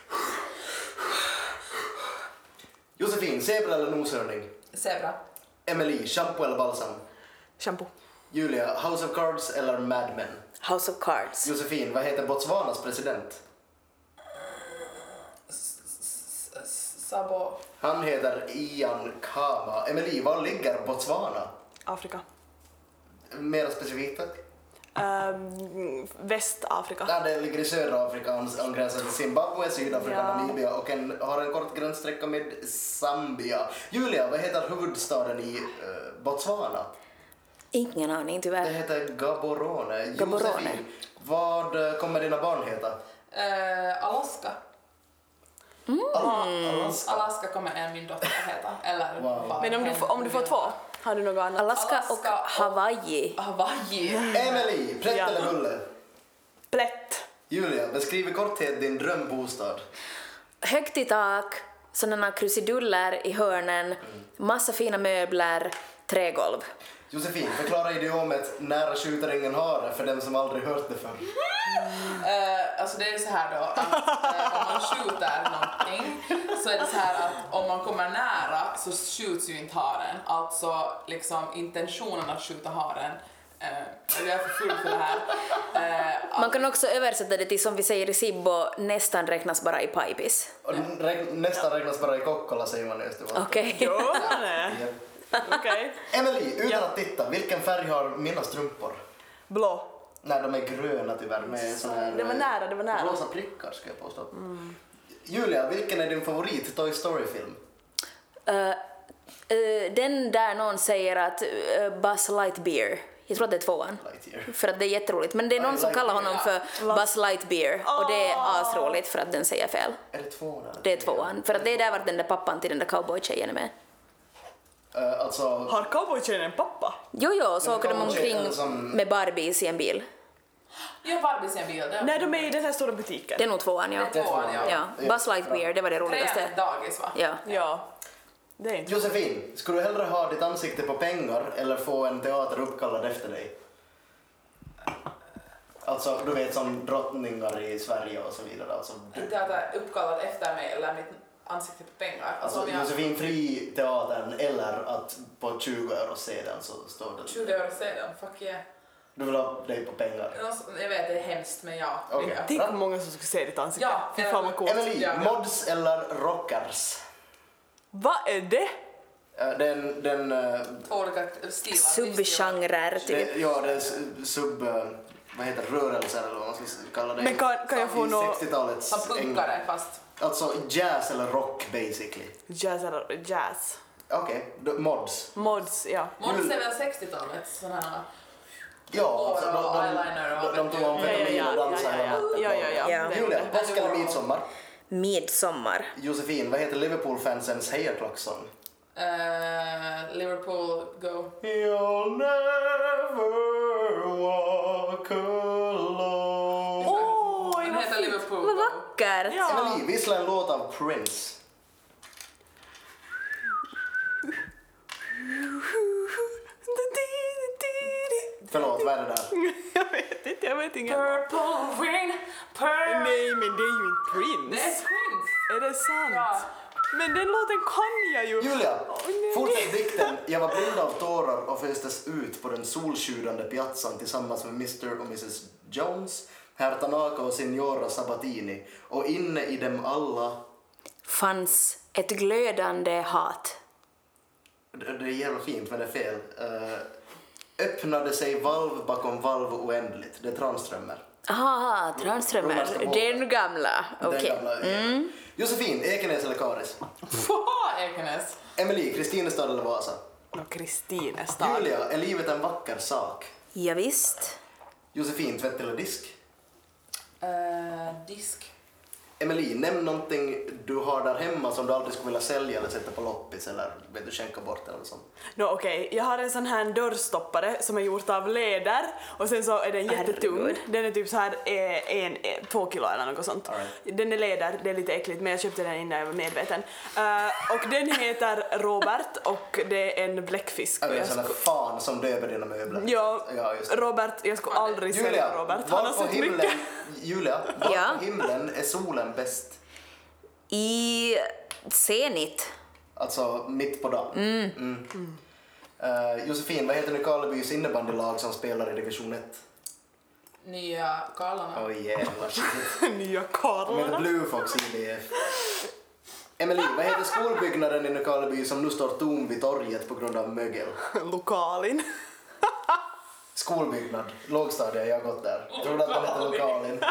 Josefin, zebra eller noshörning? Zebra. Emily, shampoo eller balsam? Shampoo. Julia, House of Cards eller Mad Men? House of Cards. Josefin, vad heter Botswanas president? Sabo. Han heter Ian Kama. Emily, var ligger Botswana? Afrika. Mer specifikt tack. Um, Västafrika. Där det ligger i södra Afrika, angränsar till Zimbabwe, Sydafrika, Ja. Namibia och en, har en kort gränssträcka med Zambia. Julia, vad heter huvudstaden i uh, Botswana? Ingen aning Det tyvärr. heter Gaborone. Gaborone. Josefin, vad eh, kommer dina barn heta? Uh, Alaska. Al- Alaska. Alaska kommer en min dotter heta. Eller Wow. bara Men om du, en får, om du får min två, dotter. har du något annat? Alaska, Alaska och och- Hawaii. Hawaii. Emily, plätt Ja. eller bulle? Plätt. Julia, beskriv i korthet din drömbostad. Högt i tak, sådana krusiduller i hörnen, massa fina möbler, trägolv. Josefin, förklara idiomet nära skjuter ingen hare för den som aldrig hört det förr. Uh, alltså det är så här då att uh, om man skjuter någonting så är det så här att om man kommer nära så skjuts ju inte haren. Alltså liksom intentionen att skjuta haren. Uh, jag är för full för det här. Uh, Man kan också översätta det till, som vi säger i Sibbo, nästan räknas bara i pipis. Och reg- nästan räknas bara i Kokkola säger man just det. Okej. Jo, nej. Ja. Okej. Emily, utan Ja. att titta, vilken färg har mina strumpor? Blå. Nej, de är gröna tyvärr med såna här Det var nära, det var nära. rosa prickar ska jag påstå. Julia, vilken är din favorit Toy Story-film? Uh, uh, den där någon säger att uh, Buzz Lightyear, jag tror att det är tvåan. Lightyear. För att det är jätteroligt. Men det är någon I som like kallar beer. honom för Buzz Lightyear och det är asroligt för att den säger fel. Är det tvåan eller? Det är tvåan. För att det är där vart den där pappan till den där cowboytjejen är med. Uh, alltså, Har cowboytjejen en pappa? Jo, jo, så Men åker de cowboytjej omkring är som- med Barbies i en bil. jag har Barbies i en bil. Det Nej, de är i den här stora butiken. Det är nog tvåan, ja. Det är tvåan, ja. Ja, Buzz Lightyear, det var det Trean roligaste. är dagis va? Ja. Ja. Det är inte. Josefin, skulle du hellre ha ditt ansikte på pengar eller få en teater uppkallad efter dig? Alltså, du vet som drottningar i Sverige och så vidare. Alltså, du, Inte att det är uppkallat efter mig eller mitt ansikte på pengar. Alltså, alltså om jag Josefin Fri teatern eller att på tjugo euro sedan så står det... tjugo år sedan, fuck yeah. Du vill ha dig på pengar. Jag vet, det är hemskt men ja. Okej. Ja. Tänk hur många som skulle se ditt ansikte. Ja, Fy fan vad coolt. Emily, Ja. mods eller rockers? Vad är det? Eh, Den, den, eh, Två olika stilar. Subgenrer, typ. det, ja, det är su- sub... eh, Vad heter det? Rörelser eller vad man ska kalla det. Men kan, kan jag få I något sextiotalets... Som punkare fast. Alltså jazz eller rock basically. jazz eller jazz? Okej, okay. mods. Mods, ja. Mods är väl sextiotalet sådana här. Ja, alltså, de, och de, eyeliner och de, de tog amfetamin Ja, ja, och ja, dansade ja, hela natten. ja, ja, ja. Ja. Det är Julia, det. påsk eller midsommar? Midsommar. Josefin, vad heter Liverpool-fansens hejarklacksång? Uh, Liverpool, go. You'll never walk alone. Oj, Den vad heter fint. Liverpool, Vad go. vackert! Ja. Emily, vissla en låt av Prince. Förlåt, vad är det där? Jag vet inte, jag vet inget. Purple rain, purple... Nej, men det är ju inte Det är Prince. Prince. Är det sant? Ja. Men den låten kan jag ju. Julia, Åh, nej. fortsätt dikten. Jag var blind av tårar och föstes ut på den solsjudande piazzan tillsammans med mister och missus Jones, herr Tanaka och signora Sabatini. Och inne i dem alla... Fanns ett glödande hat. Det det är jävla fint, men det är fel. Uh, Öppnade sig valv bakom valv oändligt. Det är Tranströmer. Aha, Tranströmer. Romerska båtar. Den gamla. Okej. Den gamla, mm. Josefin, Ekenäs eller Karis? Haha, Ekenäs. Emily, Kristinestad eller Vasa? Nå, Kristinestad. Julia, är livet en vacker sak? Ja, visst. Josefin, tvätt eller disk? Uh, disk. Emily, nämn någonting du har där hemma som du aldrig skulle vilja sälja eller sätta på loppis eller vet du, skänka bort eller sånt. Nå okej, jag har en sån här dörrstoppare som är gjort av läder och sen så är den jättetung. Herregud. Den är typ så här eh, en, eh, två kilo eller något sånt. All right. Den är läder, det är lite äckligt men jag köpte den innan jag var medveten. Uh, och den heter Robert och det är en bläckfisk. Jag Och är en jag sån där sku- fan som döper dina möbler. Ja, ja just det. Robert, jag skulle aldrig Julia, sälja Robert. Han har var på sett himlen, mycket. Julia, var Ja. på himlen är solen bäst? I Zenit. Alltså mitt på dagen. Mm. Mm. Uh, Josefin, vad heter Nykarlebys innebandylag som spelar i division ett? Nya Karlarna. Oj oh, jävlar shit. Nya De heter Karlarna. Blue Fox I D F. Emily, vad heter skolbyggnaden i Nykarleby som nu står tom vid torget på grund av mögel? Lokalin. Skolbyggnad, lågstadiet, jag har gått där. Tror du att den heter Lokalin?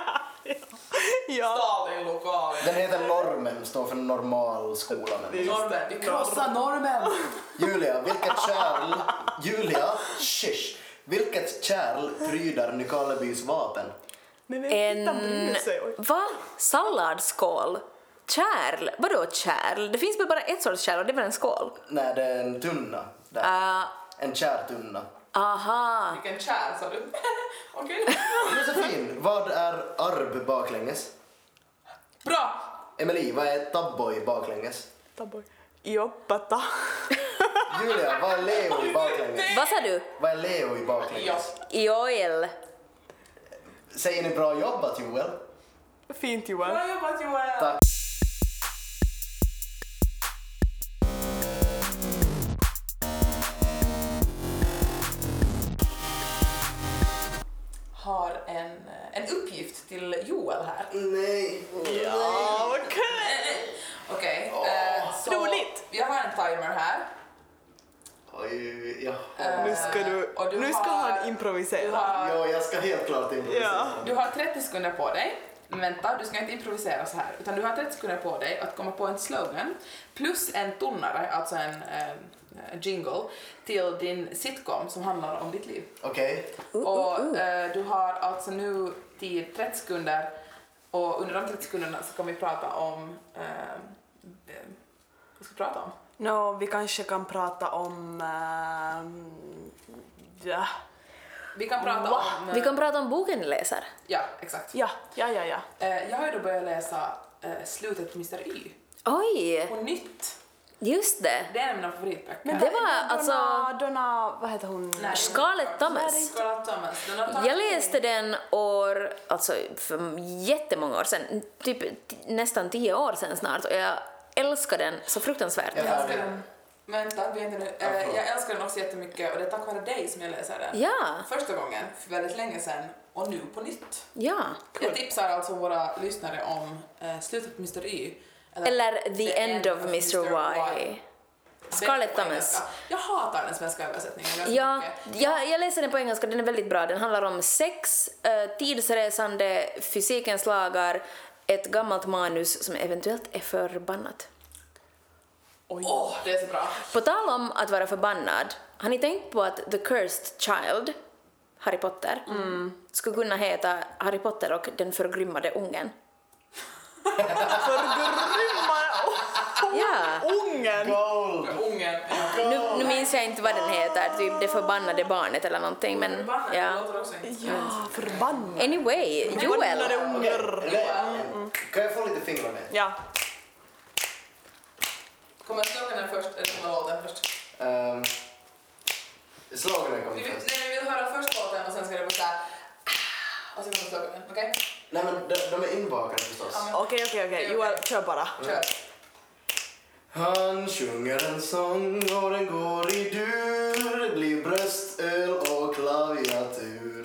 Ja. Stalin lokal. Den heter Normen, står för normal skola. Men. Normen, vi krossar normen. Julia, vilket kärl... Julia, shish. Vilket kärl pryder Nykarlebys vapen? Men vem En... hittar bryr sig? Oj. Va? Salladsskål? Kärl? Vadå kärl? Det finns väl bara ett sorts kärl och det är väl en skål? Nej, det är en tunna. Där. Uh, En kärtunna. aha. Vilken kär sa du? Okej. Josefin, vad är arb baklänges? Bra. Emily, vad är tabboy baklänges? Taboy. Jobbata. Julia, vad är leo i baklänges? Vad sa du? Vad är leo i baklänges? Joel. Säger ni bra jobbat, Joel? Fint Johan. Bra jobbat Joel. Tack. Har en, en uppgift till Joel här. Nej. Ja, okej. Okej. Åh, eh, så roligt. Jag har en timer här. Oj, ja. Eh, Nu ska du, och du nu ska har- han Du improvisera. har, Ja, jag ska helt klart improvisera. Ja. du har trettio sekunder på dig. Men vänta, du ska inte improvisera så här. Utan du har trettio sekunder på dig att komma på en slogan plus en tunnare, alltså en eh, jingle, till din sitcom som handlar om ditt liv. Okej. Och eh, du har alltså nu tid trettio sekunder och under de trettio sekunderna så kommer vi prata om... Eh, eh, vad ska vi prata om? Nå, vi kanske kan prata om... ehm, ja. Vi kan prata Va? om... eh, Vi kan prata om boken ni läser. Ja, exakt. Ja, ja, ja, ja. Eh, jag har ju då börjat läsa eh, Slutet på mister Y Oj, på nytt. just det. Det är en av mina favoritböcker. Det var alltså... Donna, Donna, vad heter hon? Nej, Scarlett Thomas. Scarlett Thomas. Den har tagit- Jag läste den år, alltså för jättemånga år sedan, typ t- nästan tio år sedan snart och jag älskar den så fruktansvärt. Jag Jag är älskar färdig. den. Vänta, vet du nu. Ja, Eh, förlåt. jag älskar den också jättemycket och det är tack vare dig som jag läser den. Ja, Första gången, för väldigt länge sedan, och nu på nytt. ja. Jag tipsar alltså våra lyssnare om eh, Slutet på mister Y. Eller The End of mister Y. Scarlett På Thomas. engelska. Jag hatar den svenska översättningen. ganska Ja, mycket. jag, jag läser den på engelska, den är väldigt bra. Den handlar om sex, eh, tidsresande, fysikens lagar, ett gammalt manus som eventuellt är förbannat. Oj. Åh, det är så bra. På tal om att vara förbannad, har ni tänkt på att The Cursed Child, Harry Potter, skulle kunna heta Harry Potter och den förgrymmade ungen? Förgrymma Ja, ungen! Gold! Ungen. nu, nu minns jag inte vad den heter, typ det förbannade barnet eller någonting, men Förbannat, det ja. låter också inte. Ja, förbannad. Anyway, Förbannade Joel. ungar. Okej, det- Kan jag få lite fingrar med? Ja. Kommer sloganen först eller kommer låten först? Um, Sloganen kommer Vi vill, först. nej, vi vill höra först låten och sen ska det vara såhär... Och sen kommer sloganen, okej? Nej men de, de är inbakade förstås. Ja, men- Okej, okej, okej. Joel, kör bara. Kör. Han sjunger en sång och den går i dur. Det blir bröstöl och klaviatur.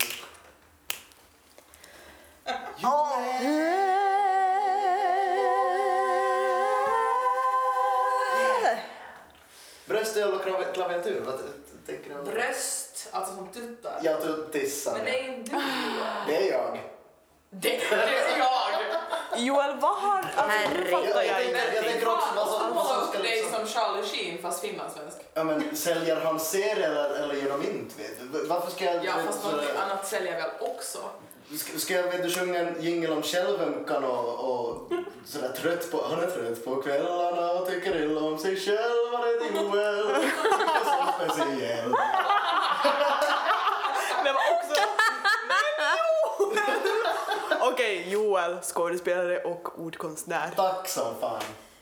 Bröstöl och klavi- klaviatur, vad t- tänker du om det? Bröst, Alltså som tuttar. Jag tuttissar. Men det är inte du. Det är jag. Det är jag. Joel, vad har... Alltså, nu fattar jag Jag inte. tänker- jag tänker också vad som- vad som ska Det är liksom- som Charlie Sheen fast finlandssvensk. Ja, men säljer han serier eller, eller genom inte vet du? Varför ska jag... Ja, fast så- något annat säljer väl också. Ska, ska jag vet du, sjunga en jingle om självömkan och, och sådär trött på... Han är trött på kvällarna och tycker illa om sig själv. Han är Joel. Så speciell. Det var också... Men Joel! Okej, Joel, skådespelare och ordkonstnär. Tack som fan.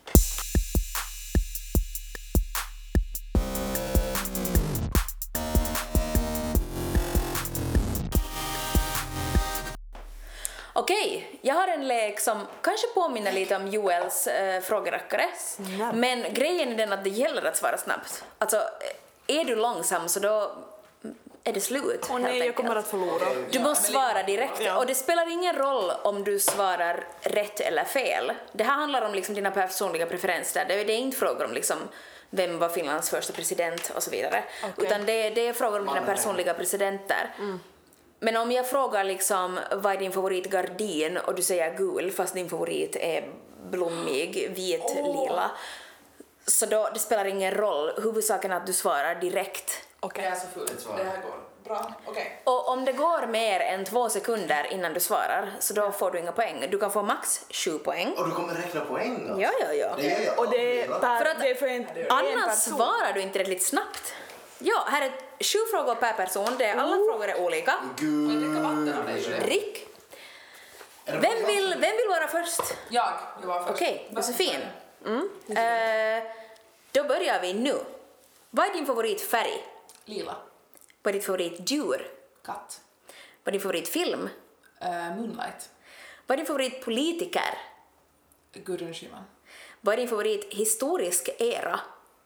Okej, jag har en lek som kanske påminner lite om Joels äh, frågerackare. Snabbt. Men grejen är den att det gäller att svara snabbt. Alltså, är du långsam så då är det slut. Åh nej, jag kommer att förlora. Du måste svara direkt. Ja. Och det spelar ingen roll om du svarar rätt eller fel. Det här handlar om liksom dina personliga preferenser. Det är inte frågor om liksom vem var Finlands första president och så vidare. Okej. Utan det, det är frågor om dina Mannen. personliga presidenter. Men om jag frågar liksom vad är din favoritgardin och du säger gul fast din favorit är blommig, vit, lila. Så då, det spelar ingen roll. Huvudsaken är att du svarar direkt. Okej. Jag är så full. Det här går bra. Okej. Och om det går mer än två sekunder innan du svarar så då får du inga poäng. Du kan få max sju poäng. Och du kommer räkna poäng alltså? Ja, ja, ja. Det gör jag Och det är, aldrig, va? per, För att det är för en, en Annars person. svarar du inte tillräckligt snabbt. Ja, här är sju frågor per person. Det är, alla frågor är olika. Gud. Får jag dricka vatten av dig, Julia? Rick, Är det vem bara- vill, vem vill vara först? Jag. Jag var först. Okej, Vad Josefin. ska Eh, då börjar vi nu. Vad är din favoritfärg? jag? Lila. Vad är ditt favoritdjur? Katt. Vad är din favoritfilm? Uh, Moonlight. Vad är din favoritpolitiker? Gudrun Schyman. Vad är din favorithistorisk era?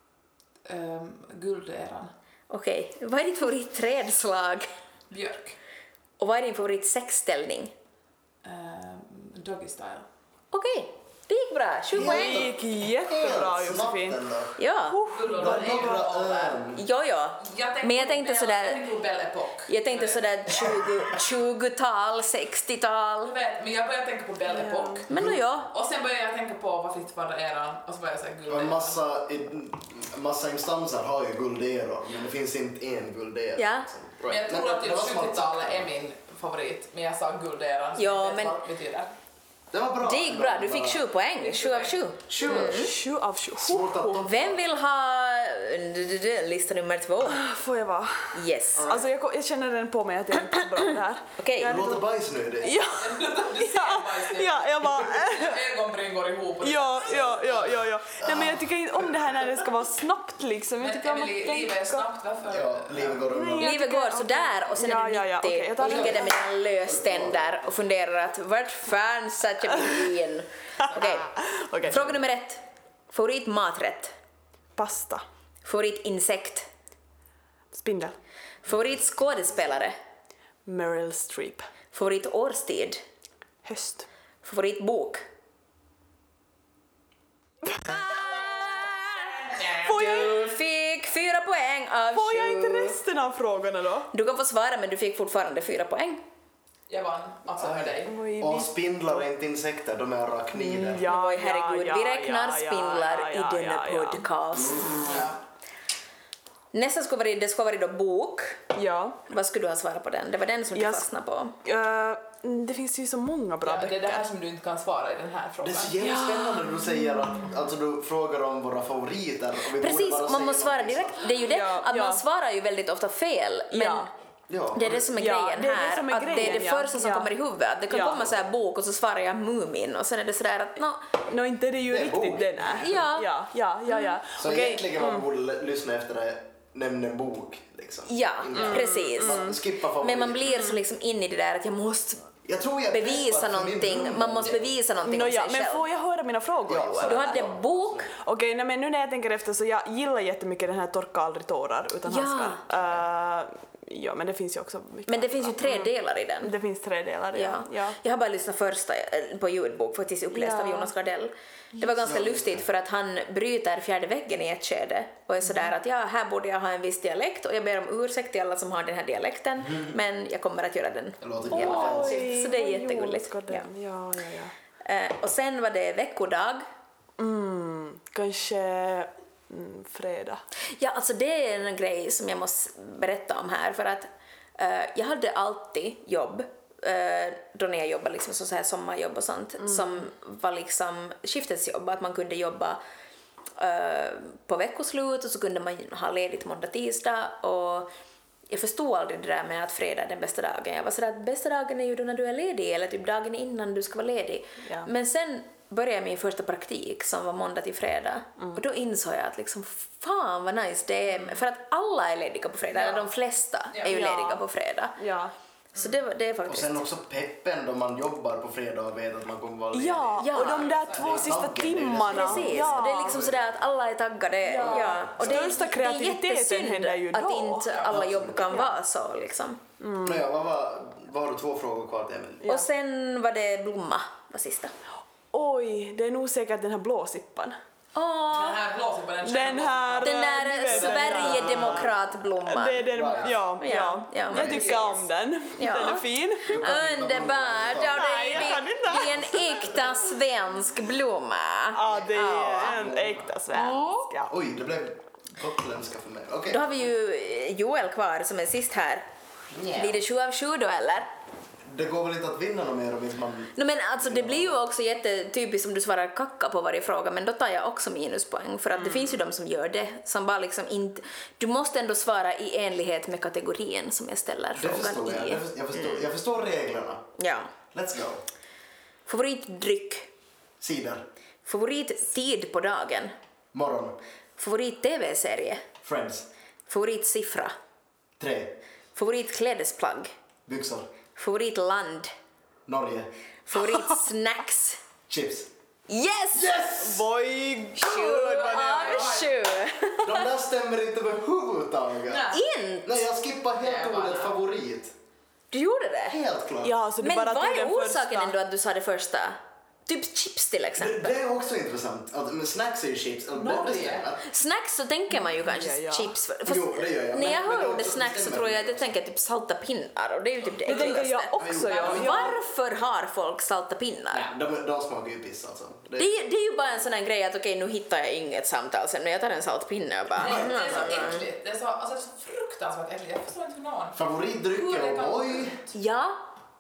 Um, Gulderan. Okej. Vad är ditt favoritträdslag? Björk. Och vad är din favoritsexställning? Um, doggy style. Okej, det gick bra. tjugo Det poäng. gick jättebra, Helt snabbt Josefin. ändå. Ja, Gullor Vad är ju några över. öm. ja, ja. Men jag på tänkte Belle- sådär- Jag tänkte på Belle Epoque. Jag tänkte sådär tjugo, tjugotal, Jag sextiotal. vet, men jag började tänka på Belle Epoque. Men nu ja. Och sen började jag tänka på vad fick vara eran och så började jag säga Och en gulderan. massa, i- massa instanser har ju gulderor, men det finns inte en guldera. Ja. liksom. Men jag tror Men att det typ var smart sjuttiotalet sagt. är min favorit, men jag sa gulderan så Ja, jag vet men- vad det betyder. Det var bra. Det gick bra. Du fick sju poäng. Sju av sju. Sju. Sju av sju. Svårt att toppa. Vem vill ha du, du, du, lista nummer två? Får jag vara? Yes. Alltså jag, jag känner den på mig att jag är inte så bra på det här. Okej. Du låter bajsnödig. Ja, Du ser ja, bajsnödig. ja, jag bara... Ögonbryn går ihop. Och Ja, ja, ja, ja, ja. Nej men jag tycker inte om det här när det ska vara snabbt liksom. Jag Men tycker om att Emily, tänka... livet är snabbt, varför? Ja, livet går undan. jag Livet tycker- går sådär och sen Ja, är du ja, ja, nittio okej, jag tar och det. ligger där med dina löständer och funderar att vart fan satt jag mig in? Okej. Okej. Fråga nummer ett. Favoritmaträtt. Pasta. Favoritinsekt. Spindel. Favoritskådespelare. Meryl Streep. Favoritårstid. Höst. Favoritbok. Får jag, Du fick fyra poäng av får jag inte sju. resten av frågorna då? Du kan få svara men du fick fortfarande fyra poäng. Jag vann, alltså hör dig. Oj, Och vi- spindlar är inte insekter, de är arachnider. Mm, ja, Oj, herregud, ja, vi ja, räknar ja, spindlar ja, i ja, denna ja, ja. podcast. Ja. Nästa ska vara, det ska vara då bok. Ja. Vad skulle du ha svarat på den? Det var den som du Jag- fastnade på. Eh, det finns ju så många bra Ja, det är böcker. det här som du inte kan svara i den här Det frågan. är så jävla spännande när du säger att alltså, du frågar om våra favoriter. Och vi borde Precis, bara man säga måste svara någonting direkt. sånt. Det är ju det, Ja, att ja. man svarar ju väldigt ofta fel. Men Ja. Ja, det är det som är Ja, grejen det är det här. som är att det är grejen, det ja. första som Ja. kommer i huvudet. Det kan Ja. komma så här bok och så svarar jag Mumin och sen är det sådär att no, Nå, inte det är ju Det är riktigt bok. den är. Ja. Ja, ja, ja, ja. Så Okej. egentligen man borde l- lyssna efter det, nämn en bok. Liksom. ja, Inte- precis. Man skippa favorit. Men man blir så liksom in i det där att jag måste Jag tror jag är bevisa pressad för min någonting. bror. Man måste bevisa någonting Nå, om ja, sig men själv. får jag höra mina frågor, Ja, Joel? Du hade bok. Okej, nej, men nu när jag tänker efter så jag gillar jättemycket den här Torka aldrig tårar utan Ja. handskar. Uh, ja, men det finns ju också mycket Men det finns ju andra. tre delar i den. Det finns tre delar, ja. Ja. ja. Jag har bara lyssnat första eh, på ljudbok faktiskt uppläst Ja. av Jonas Gardell. Det var ganska Ja. lustigt för att han bryter fjärde väggen i ett skede och är sådär att ja, här borde jag ha en viss dialekt och jag ber om ursäkt till alla som har den här dialekten men jag kommer att göra den. Det låter i alla fall. Oj, Så det är vad jättegulligt. Jonas Gardell. Ja. Ja, ja, ja. Eh, och sen var det veckodag. Mm, kanske mm, fredag. Ja, alltså det är en grej som jag måste berätta om här för att eh, jag hade alltid jobb eh, då när jag jobbade liksom så här sommarjobb och sånt som var liksom skiftesjobb, att man kunde jobba eh, på veckoslut och så kunde man ha ledigt måndag, tisdag och jag förstod aldrig det där med att fredag är den bästa dagen. Jag var sådär att bästa dagen är ju då när du är ledig eller typ dagen innan du ska vara ledig. Ja. Men sen började jag min första praktik som var måndag till fredag och då insåg jag att liksom fan vad nice det är för att alla är lediga på fredag, Ja. eller de flesta är ju Ja. lediga på fredag. Ja. Så det, var, det är Och faktiskt... sen också peppen då man jobbar på fredag och vet att man kommer vara ledig. Ja, Ja. och de där Det två är sista taggen, det är det. timmarna. Precis, Ja. och det är liksom sådär att alla är taggade. Ja. Ja. Och det är, Största det är kreativiteten jättesynd händer ju att då. inte alla jobb kan vara så liksom. Nåja, vad var, vad har du två frågor kvar till Emil? Ja. Och sen var det blomma, var sista. Oj, det är nog säkert den här blåsippan. Åh, Den här blåser på den Den här... den du där vet den här- Sverigedemokratblomman. Det är den, Right. ja, Ja, ja. ja, men Jag tycker precis. om den. Ja. Den är fin. Underbart! Ja, det, Nej, jag kan det, inte. det är en äkta svensk blomma. Ja, det är Ja. en äkta svensk. Ja. Oj, det blev gotländska för mig. Okej. Då har vi ju Joel kvar som är sist här. Blir det sju av sju då eller? Det går väl inte att vinna något mer om inte man... No, men alltså, det blir ju också jättetypiskt om du svarar kacka på varje fråga, men då tar jag också minuspoäng för att det finns ju de som gör det som bara liksom inte... Du måste ändå svara i enlighet med kategorin som jag ställer Det frågan förstår jag. i. Det förstår, jag, förstår, jag förstår reglerna. Ja. Let's go. Favoritdryck. Cider. Favorittid på dagen. Morgon. Favorit-tv-serie. Friends. Favoritsiffra. Tre. Favoritklädesplagg. Byxor. Favoritland. Norge. Favoritsnacks. Chips. Yes! Yes! Boy, Sju gud vad av det sju. De där stämmer inte överhuvudtaget. Inte? Nej, jag skippar helt Nej, bara- ordet favorit. Du gjorde det? Helt klart. Ja, så du Men bara vad tog är den orsaken första. ändå att du sa det första? Typ chips till Det, exempel. det är också intressant. Att, men snacks är ju chips. Alltså, det, det Norge. stämmer. Snacks så tänker man ju kanske Ja, ja. chips. Fast Jo, det gör jag. när Men- jag men hör det ordet också snacks så stämmer. tror jag att jag tänker typ salta pinnar och det är ju typ det Det tänker jag äckligaste. också, ja. Jo. ja. Varför har folk salta pinnar? Nej, de, de smakar ju piss alltså. Det, Det är, det är ju bara en sån här grej att okej, nu hittar jag inget samtal sen när jag tar en saltpinne och bara... Det, det är så Mm, mm, mm. äckligt. Det är så, alltså, det är så fruktansvärt äckligt. Jag förstår inte hur någon... Favoritdryck Hur det är kan- O'boy. Ja,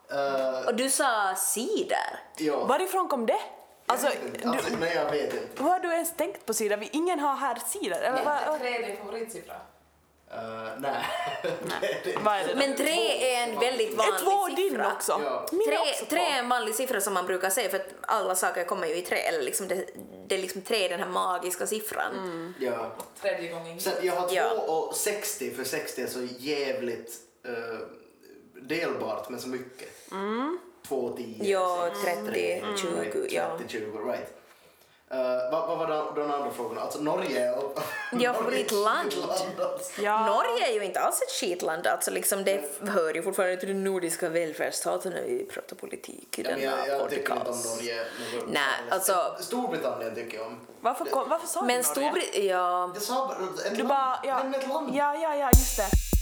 Uh, och du sa cider. ja. Varifrån kom det? Alltså, Jag vet inte. alltså, du, nej, jag vet inte. vad har du ens tänkt på cider? Vi- Ingen har här cider. Eller vad, Är tre din favoritsiffra? Uh, nej. det, det, vad är det då? Men tre är en väldigt vanlig Är två siffra. din också? Ja. Min är Tre, också tre är två. en vanlig siffra som man brukar säga för att alla saker kommer ju i tre. Eller liksom det, det är liksom tre den här magiska siffran. ja. Tredje gången. Sen, jag har Ja. två och sextio, för sextio är så jävligt uh, delbart med så mycket. Mm. Två, tio, Ja, sex, trettio, tre, tjugo, right, ja. trettio, tjugo, right. Uh, vad, vad var de, de andra frågorna? Alltså Norge och... Ja, favoritland. alltså. Ja. Norge är ju inte alls ett skitland. Alltså liksom det hör ju fortfarande till den nordiska välfärdsstaten när vi pratar politik i Ja, men denna jag, jag tycker inte om podcast. Norge. något- Nej, alltså- Storbritannien tycker jag om. Varför, kom, varför sa du Men Norge? Storbritannien, ja. Jag sa bara... Ett Du land. bara, ja, Nämn ett land. ja, ja, ja, just det.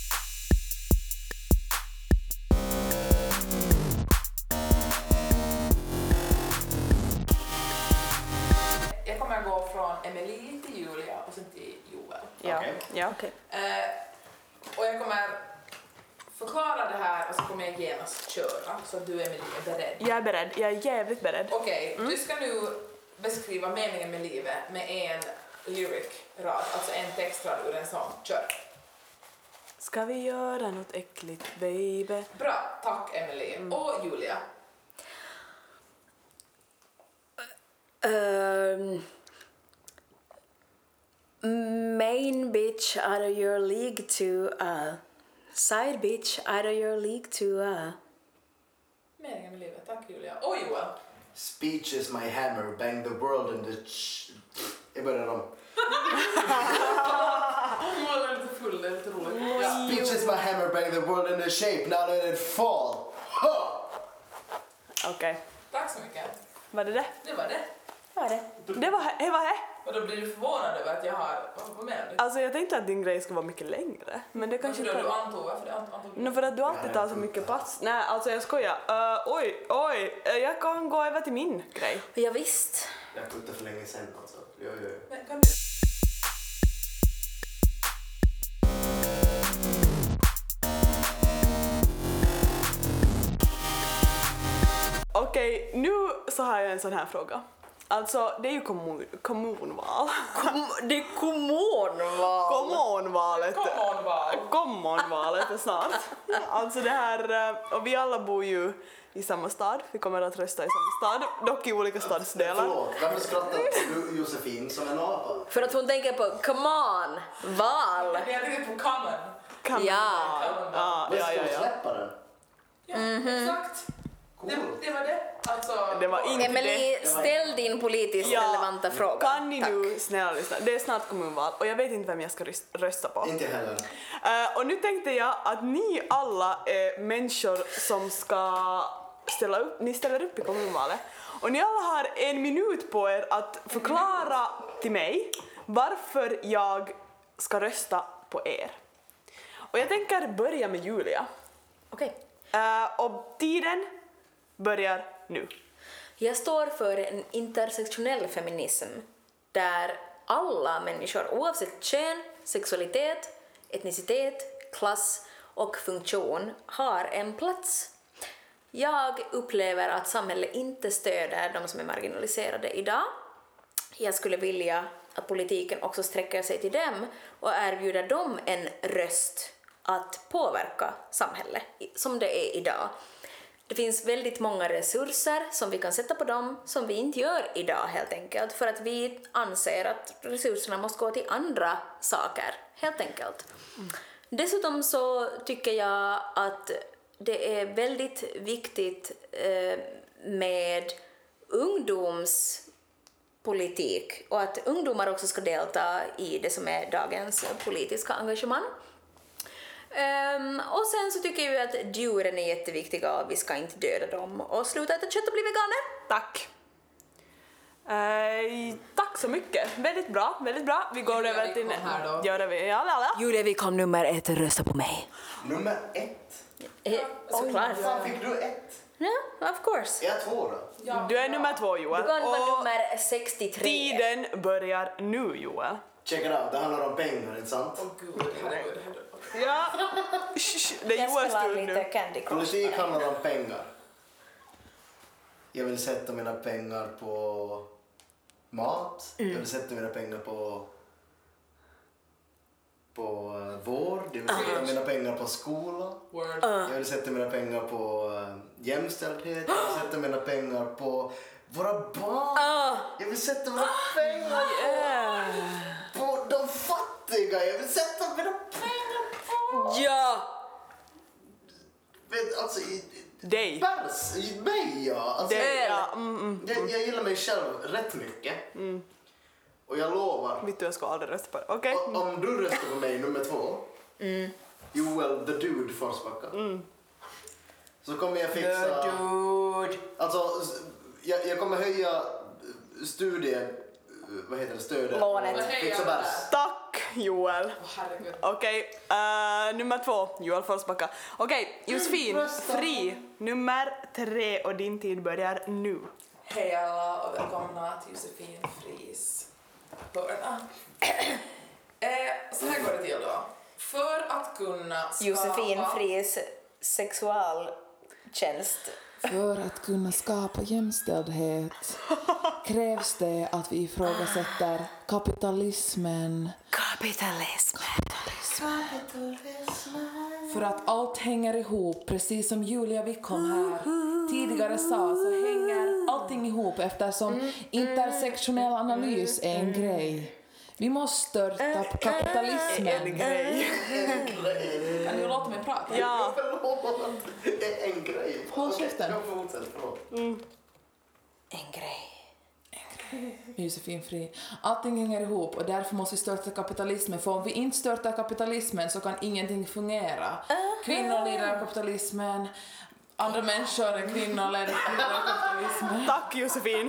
Jag kommer gå från Emily till Julia och sen till Joel. Ja, Okej. ja. Okej. Eh, och jag kommer förklara det här och så kommer jag genast köra så att du Emily är beredd. Jag är beredd. Jag är jävligt beredd. Okej, du ska nu beskriva meningen med livet med en lyric-rad, alltså en textrad ur en sång. Kör! Ska vi göra något äckligt, baby? Bra, tack Emily. Och Julia. Um, main bitch out of your league to uh, side bitch out of your league to uh. Meningen med livet, tack Julia. Och Joel. Speech is my hammer, bang the world in the... Ch- jag börjar om. Joel är lite full, det är lite roligt. Ja. speech is my hammer bang the world into shape, now let it fall. Huh! Okej, okay. Tack så mycket. var det det? Det var det. Vad är det? Det var det. Var det. Och då blir du förvånad över att jag har... Vad menar du? Alltså jag tänkte att din grej skulle vara mycket längre. Men det kanske Varför inte... då du antog? Varför du antog? No, för att du alltid tar så mycket plats. Nej, alltså jag skojar. Uh, oj, oj, uh, jag kan gå över till min grej. Ja, visst. Jag kuttade för länge sedan alltså. Jo, jo. Men kan du... Okej, nu så har jag en sån här fråga. Alltså, det är ju kommun, kommunval. Kom, det är kommunval. Kommunvalet. Come on, val. Kommunvalet är snart. Alltså det här, uh, och vi alla bor ju i samma stad. Vi kommer att rösta i samma stad, dock i olika stadsdelar. Förlåt, varför skrattar du Josefin som en apa? För att hon tänker på come on, val. Men jag tänkte på common. Kan Ja. Ja, Men ja, ska ja, de ja. släppa den? Ja, exakt. Cool. Det, det var det. Alltså... Det var inte Emily, det. ställ din politiskt relevanta fråga. Kan ni Tack. nu snälla lyssna? Det är snart kommunval och jag vet inte vem jag ska röst- rösta på. Inte heller. Uh, och nu tänkte jag att ni alla är människor som ska ställa upp, ni ställer upp i kommunvalet. Och ni alla har en minut på er att förklara till mig varför jag ska rösta på er. Och jag tänker börja med Julia. Okej. Uh, och tiden börjar nu. Jag står för en intersektionell feminism där alla människor oavsett kön, sexualitet, etnicitet, klass och funktion har en plats. Jag upplever att samhället inte stöder de som är marginaliserade idag. Jag skulle vilja att politiken också sträcker sig till dem och erbjuder dem en röst att påverka samhället som det är idag. Det finns väldigt många resurser som vi kan sätta på dem som vi inte gör idag helt enkelt för att vi anser att resurserna måste gå till andra saker helt enkelt. Mm. Dessutom så tycker jag att det är väldigt viktigt eh, med ungdomspolitik och att ungdomar också ska delta i det som är dagens politiska engagemang. Um, och sen så tycker jag att djuren är jätteviktiga och vi ska inte döda dem och sluta äta kött och bli veganer. Tack. Eh, tack så mycket. Väldigt bra, väldigt bra. Vi går Julia över till... Wickholm här då. Gör vi, ja, ja, ja. Julia Wickholm nummer ett, rösta på mig. Nummer ett. Eh, Såklart. Fan, fick du ett? Ja, of course. Är jag två då? Ja, Du är nummer två, Joel. Du kan vara Och nummer sextiotre. tiden börjar nu, Joel. Check it out, det handlar om pengar, inte sant? Åh gud, herregud, herregud. Ja. Shh, det är Jag Joels spelar tur lite nu. Candy Crush. Politik handlar om pengar. Jag vill sätta mina pengar på mat. Jag vill sätta mina pengar på på uh, vård. Jag vill sätta mina pengar på skola. Word. Jag vill sätta mina pengar på uh, jämställdhet. Jag vill sätta mina pengar på våra barn. Jag vill sätta mina pengar på, på de fattiga. Jag vill sätta mina pengar på... Ja! Vet, alltså, i, Dig. Bärs, i mig ja. Alltså, Det, ja, mm, mm. jag, jag gillar mig själv rätt mycket. Mm. Och jag lovar, Vet du, jag ska aldrig rösta på det. Okej? o- om du röstar på mig nummer två, Mm. Joel the Dude Forsbacka, så kommer jag fixa... Dude. Alltså, s- jag, jag kommer höja studie... Vad heter det? Stödet. Lånet. och Fixa bärs. Tack, Joel. Åh, herregud. Okej, eh, nummer två, Joel Forsbacka. Okej, Josefin, Rösta. fri. Nummer tre och din tid börjar nu. Hej alla och välkomna till Josefin Fris början. eh, så här går det till då. För att kunna skapa... Josefin Fries sexualtjänst. För att kunna skapa jämställdhet krävs det att vi ifrågasätter kapitalismen. Kapitalism. För att allt hänger ihop, precis som Julia Wickholm här tidigare sa, så hänger allting ihop eftersom intersektionell analys är en grej. Vi måste störta på kapitalismen. En grej. Kan du låta mig prata? Ja. Förlåt, det är en grej. Håll Okej, käften. jag fortsätter, förlåt. En grej. med Josefin Fri. Allting hänger ihop och därför måste vi störta kapitalismen. För om vi inte störtar kapitalismen så kan ingenting fungera. Kvinnor lider av kapitalismen. Andra människor än kvinnor lider av kapitalismen. Tack Josefin.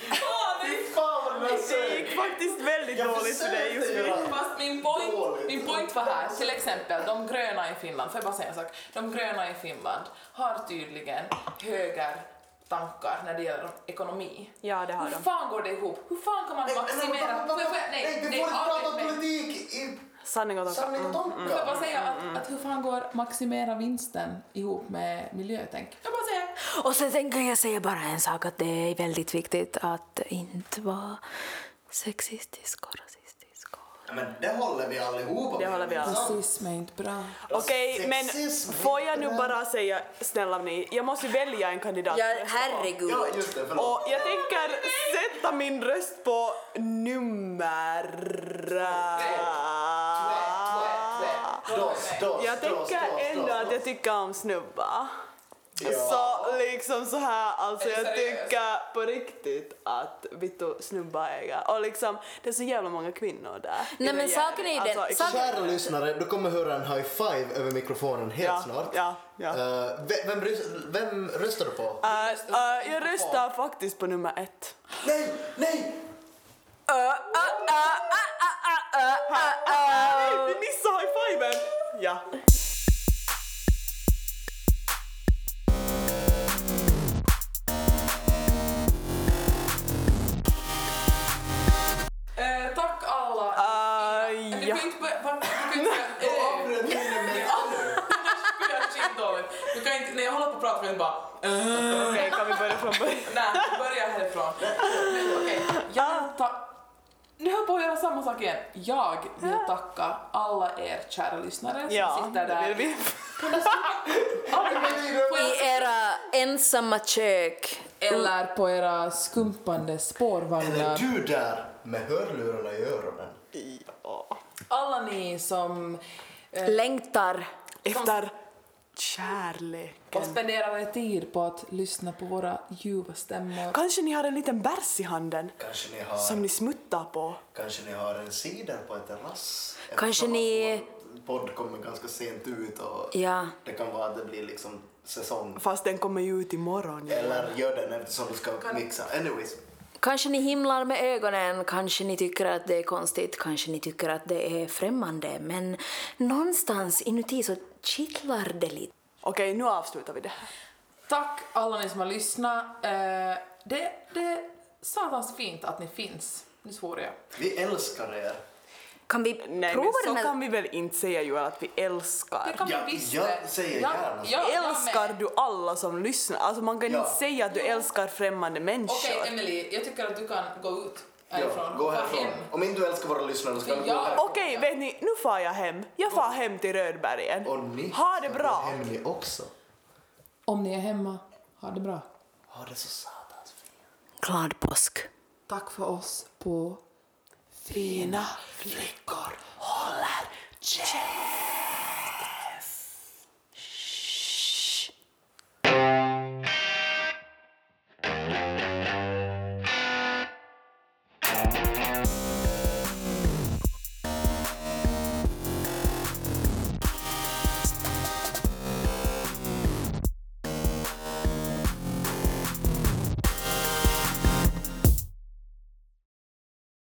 Det gick faktiskt väldigt dåligt för dig Josefin. Fast min point, min point var här, till exempel de gröna i Finland, får jag bara säga en sak, de gröna i Finland har tydligen höger tankar när det gäller ekonomi. Ja, det har Hur de. fan går det ihop? Hur fan kan man maximera? Får jag- får jag- Nej, vi nej, får inte prata om nej, politik i Sanning och tankar. sanning och Får jag bara tankar. säga att, att hur fan går maximera vinsten ihop med miljötänk? Jag bara säga. Och sen, sen kan jag säga bara en sak, att det är väldigt viktigt att inte vara sexistisk och rasistisk. Och... Ja, men det håller vi allihopa Det med. håller vi alla. Rasism är inte bra. Okej, men Sexism, får jag nu det- bara säga, snälla ni, jag måste välja en kandidat. Ja, att rösta på. herregud. Ja, just det, förlåt. Och jag tänker sätta min röst på nummer... Dos, dos, Jag dos, tänker dos, ändå dos, att dos. jag tycker om snubbar. Ja. Så liksom så här, alltså Är du jag seriös? tycker på riktigt att vittu snubbar äger. Och liksom, det är så jävla många kvinnor där. i Nej, men regeringen. saken är den- Alltså, saken- Kära lyssnare, du kommer höra en high five över mikrofonen helt Ja, snart. ja, ja. Eh, ve- vem, rös- vem röstar du på? Äh, äh, jag röstar faktiskt på nummer ett. Nej, nej! Vi missade high-fiven! Ja. Eh, tack alla. Äh, Men du ja. kan inte börja... va- Du kan inte säga... eh, Avbröt henne med Det är skitdåligt. Du kan inte... När jag håller på att prata kan jag inte bara... eh, Okej, kan vi börja från början? Nej, börja härifrån. Men okej, jag vill ta... Nu höll på att göra samma sak igen. Jag vill tacka alla er kära lyssnare som Ja, sitter det där. vill vi. I era ensamma kök. Eller på era skumpande Eller spårvagnar. du där med hörlurarna i öronen. Ja. Alla ni som Längtar. Efter kärleken. och spenderar er tid på att lyssna på våra ljuva stämmor. Kanske ni har en liten bärs i handen Kanske ni har, som ni smuttar på. kanske ni har en cider på en terrass. Kanske Eftersom ni- att vår podd kommer ganska sent ut och Ja. det kan vara att det blir liksom säsong. Fast den kommer ju ut imorgon. Ja. Eller gör den eftersom du ska mixa. Anyways. Kanske ni himlar med ögonen, kanske ni tycker att det är konstigt, kanske ni tycker att det är främmande, men någonstans inuti så kittlar det lite. Okej, nu avslutar vi det här. Tack alla ni som har lyssnat. Eh, det, det är satans fint att ni finns. Nu svor jag. Vi älskar er. Kan vi Nej, prova men den så här? kan vi väl inte säga Joel att vi älskar. Det kan Ja, vi visst. jag säger Ja, gärna så. ja, jag med. Älskar du alla som lyssnar? Alltså man kan Ja. inte säga att du älskar främmande människor. Okej, Emily, jag tycker att du kan gå ut härifrån. Ja, gå och gå härifrån. hem. Om inte du älskar våra lyssnare då ska du gå Ja. härifrån. Okej, vet ni, nu far jag hem. Jag far hem till Rödbergen. Och ni Ha det ska bra. gå hem ni också. Om ni är hemma, ha det bra. Ha det så satans fint. Glad påsk. Tack för oss på Fina flickor håller käft.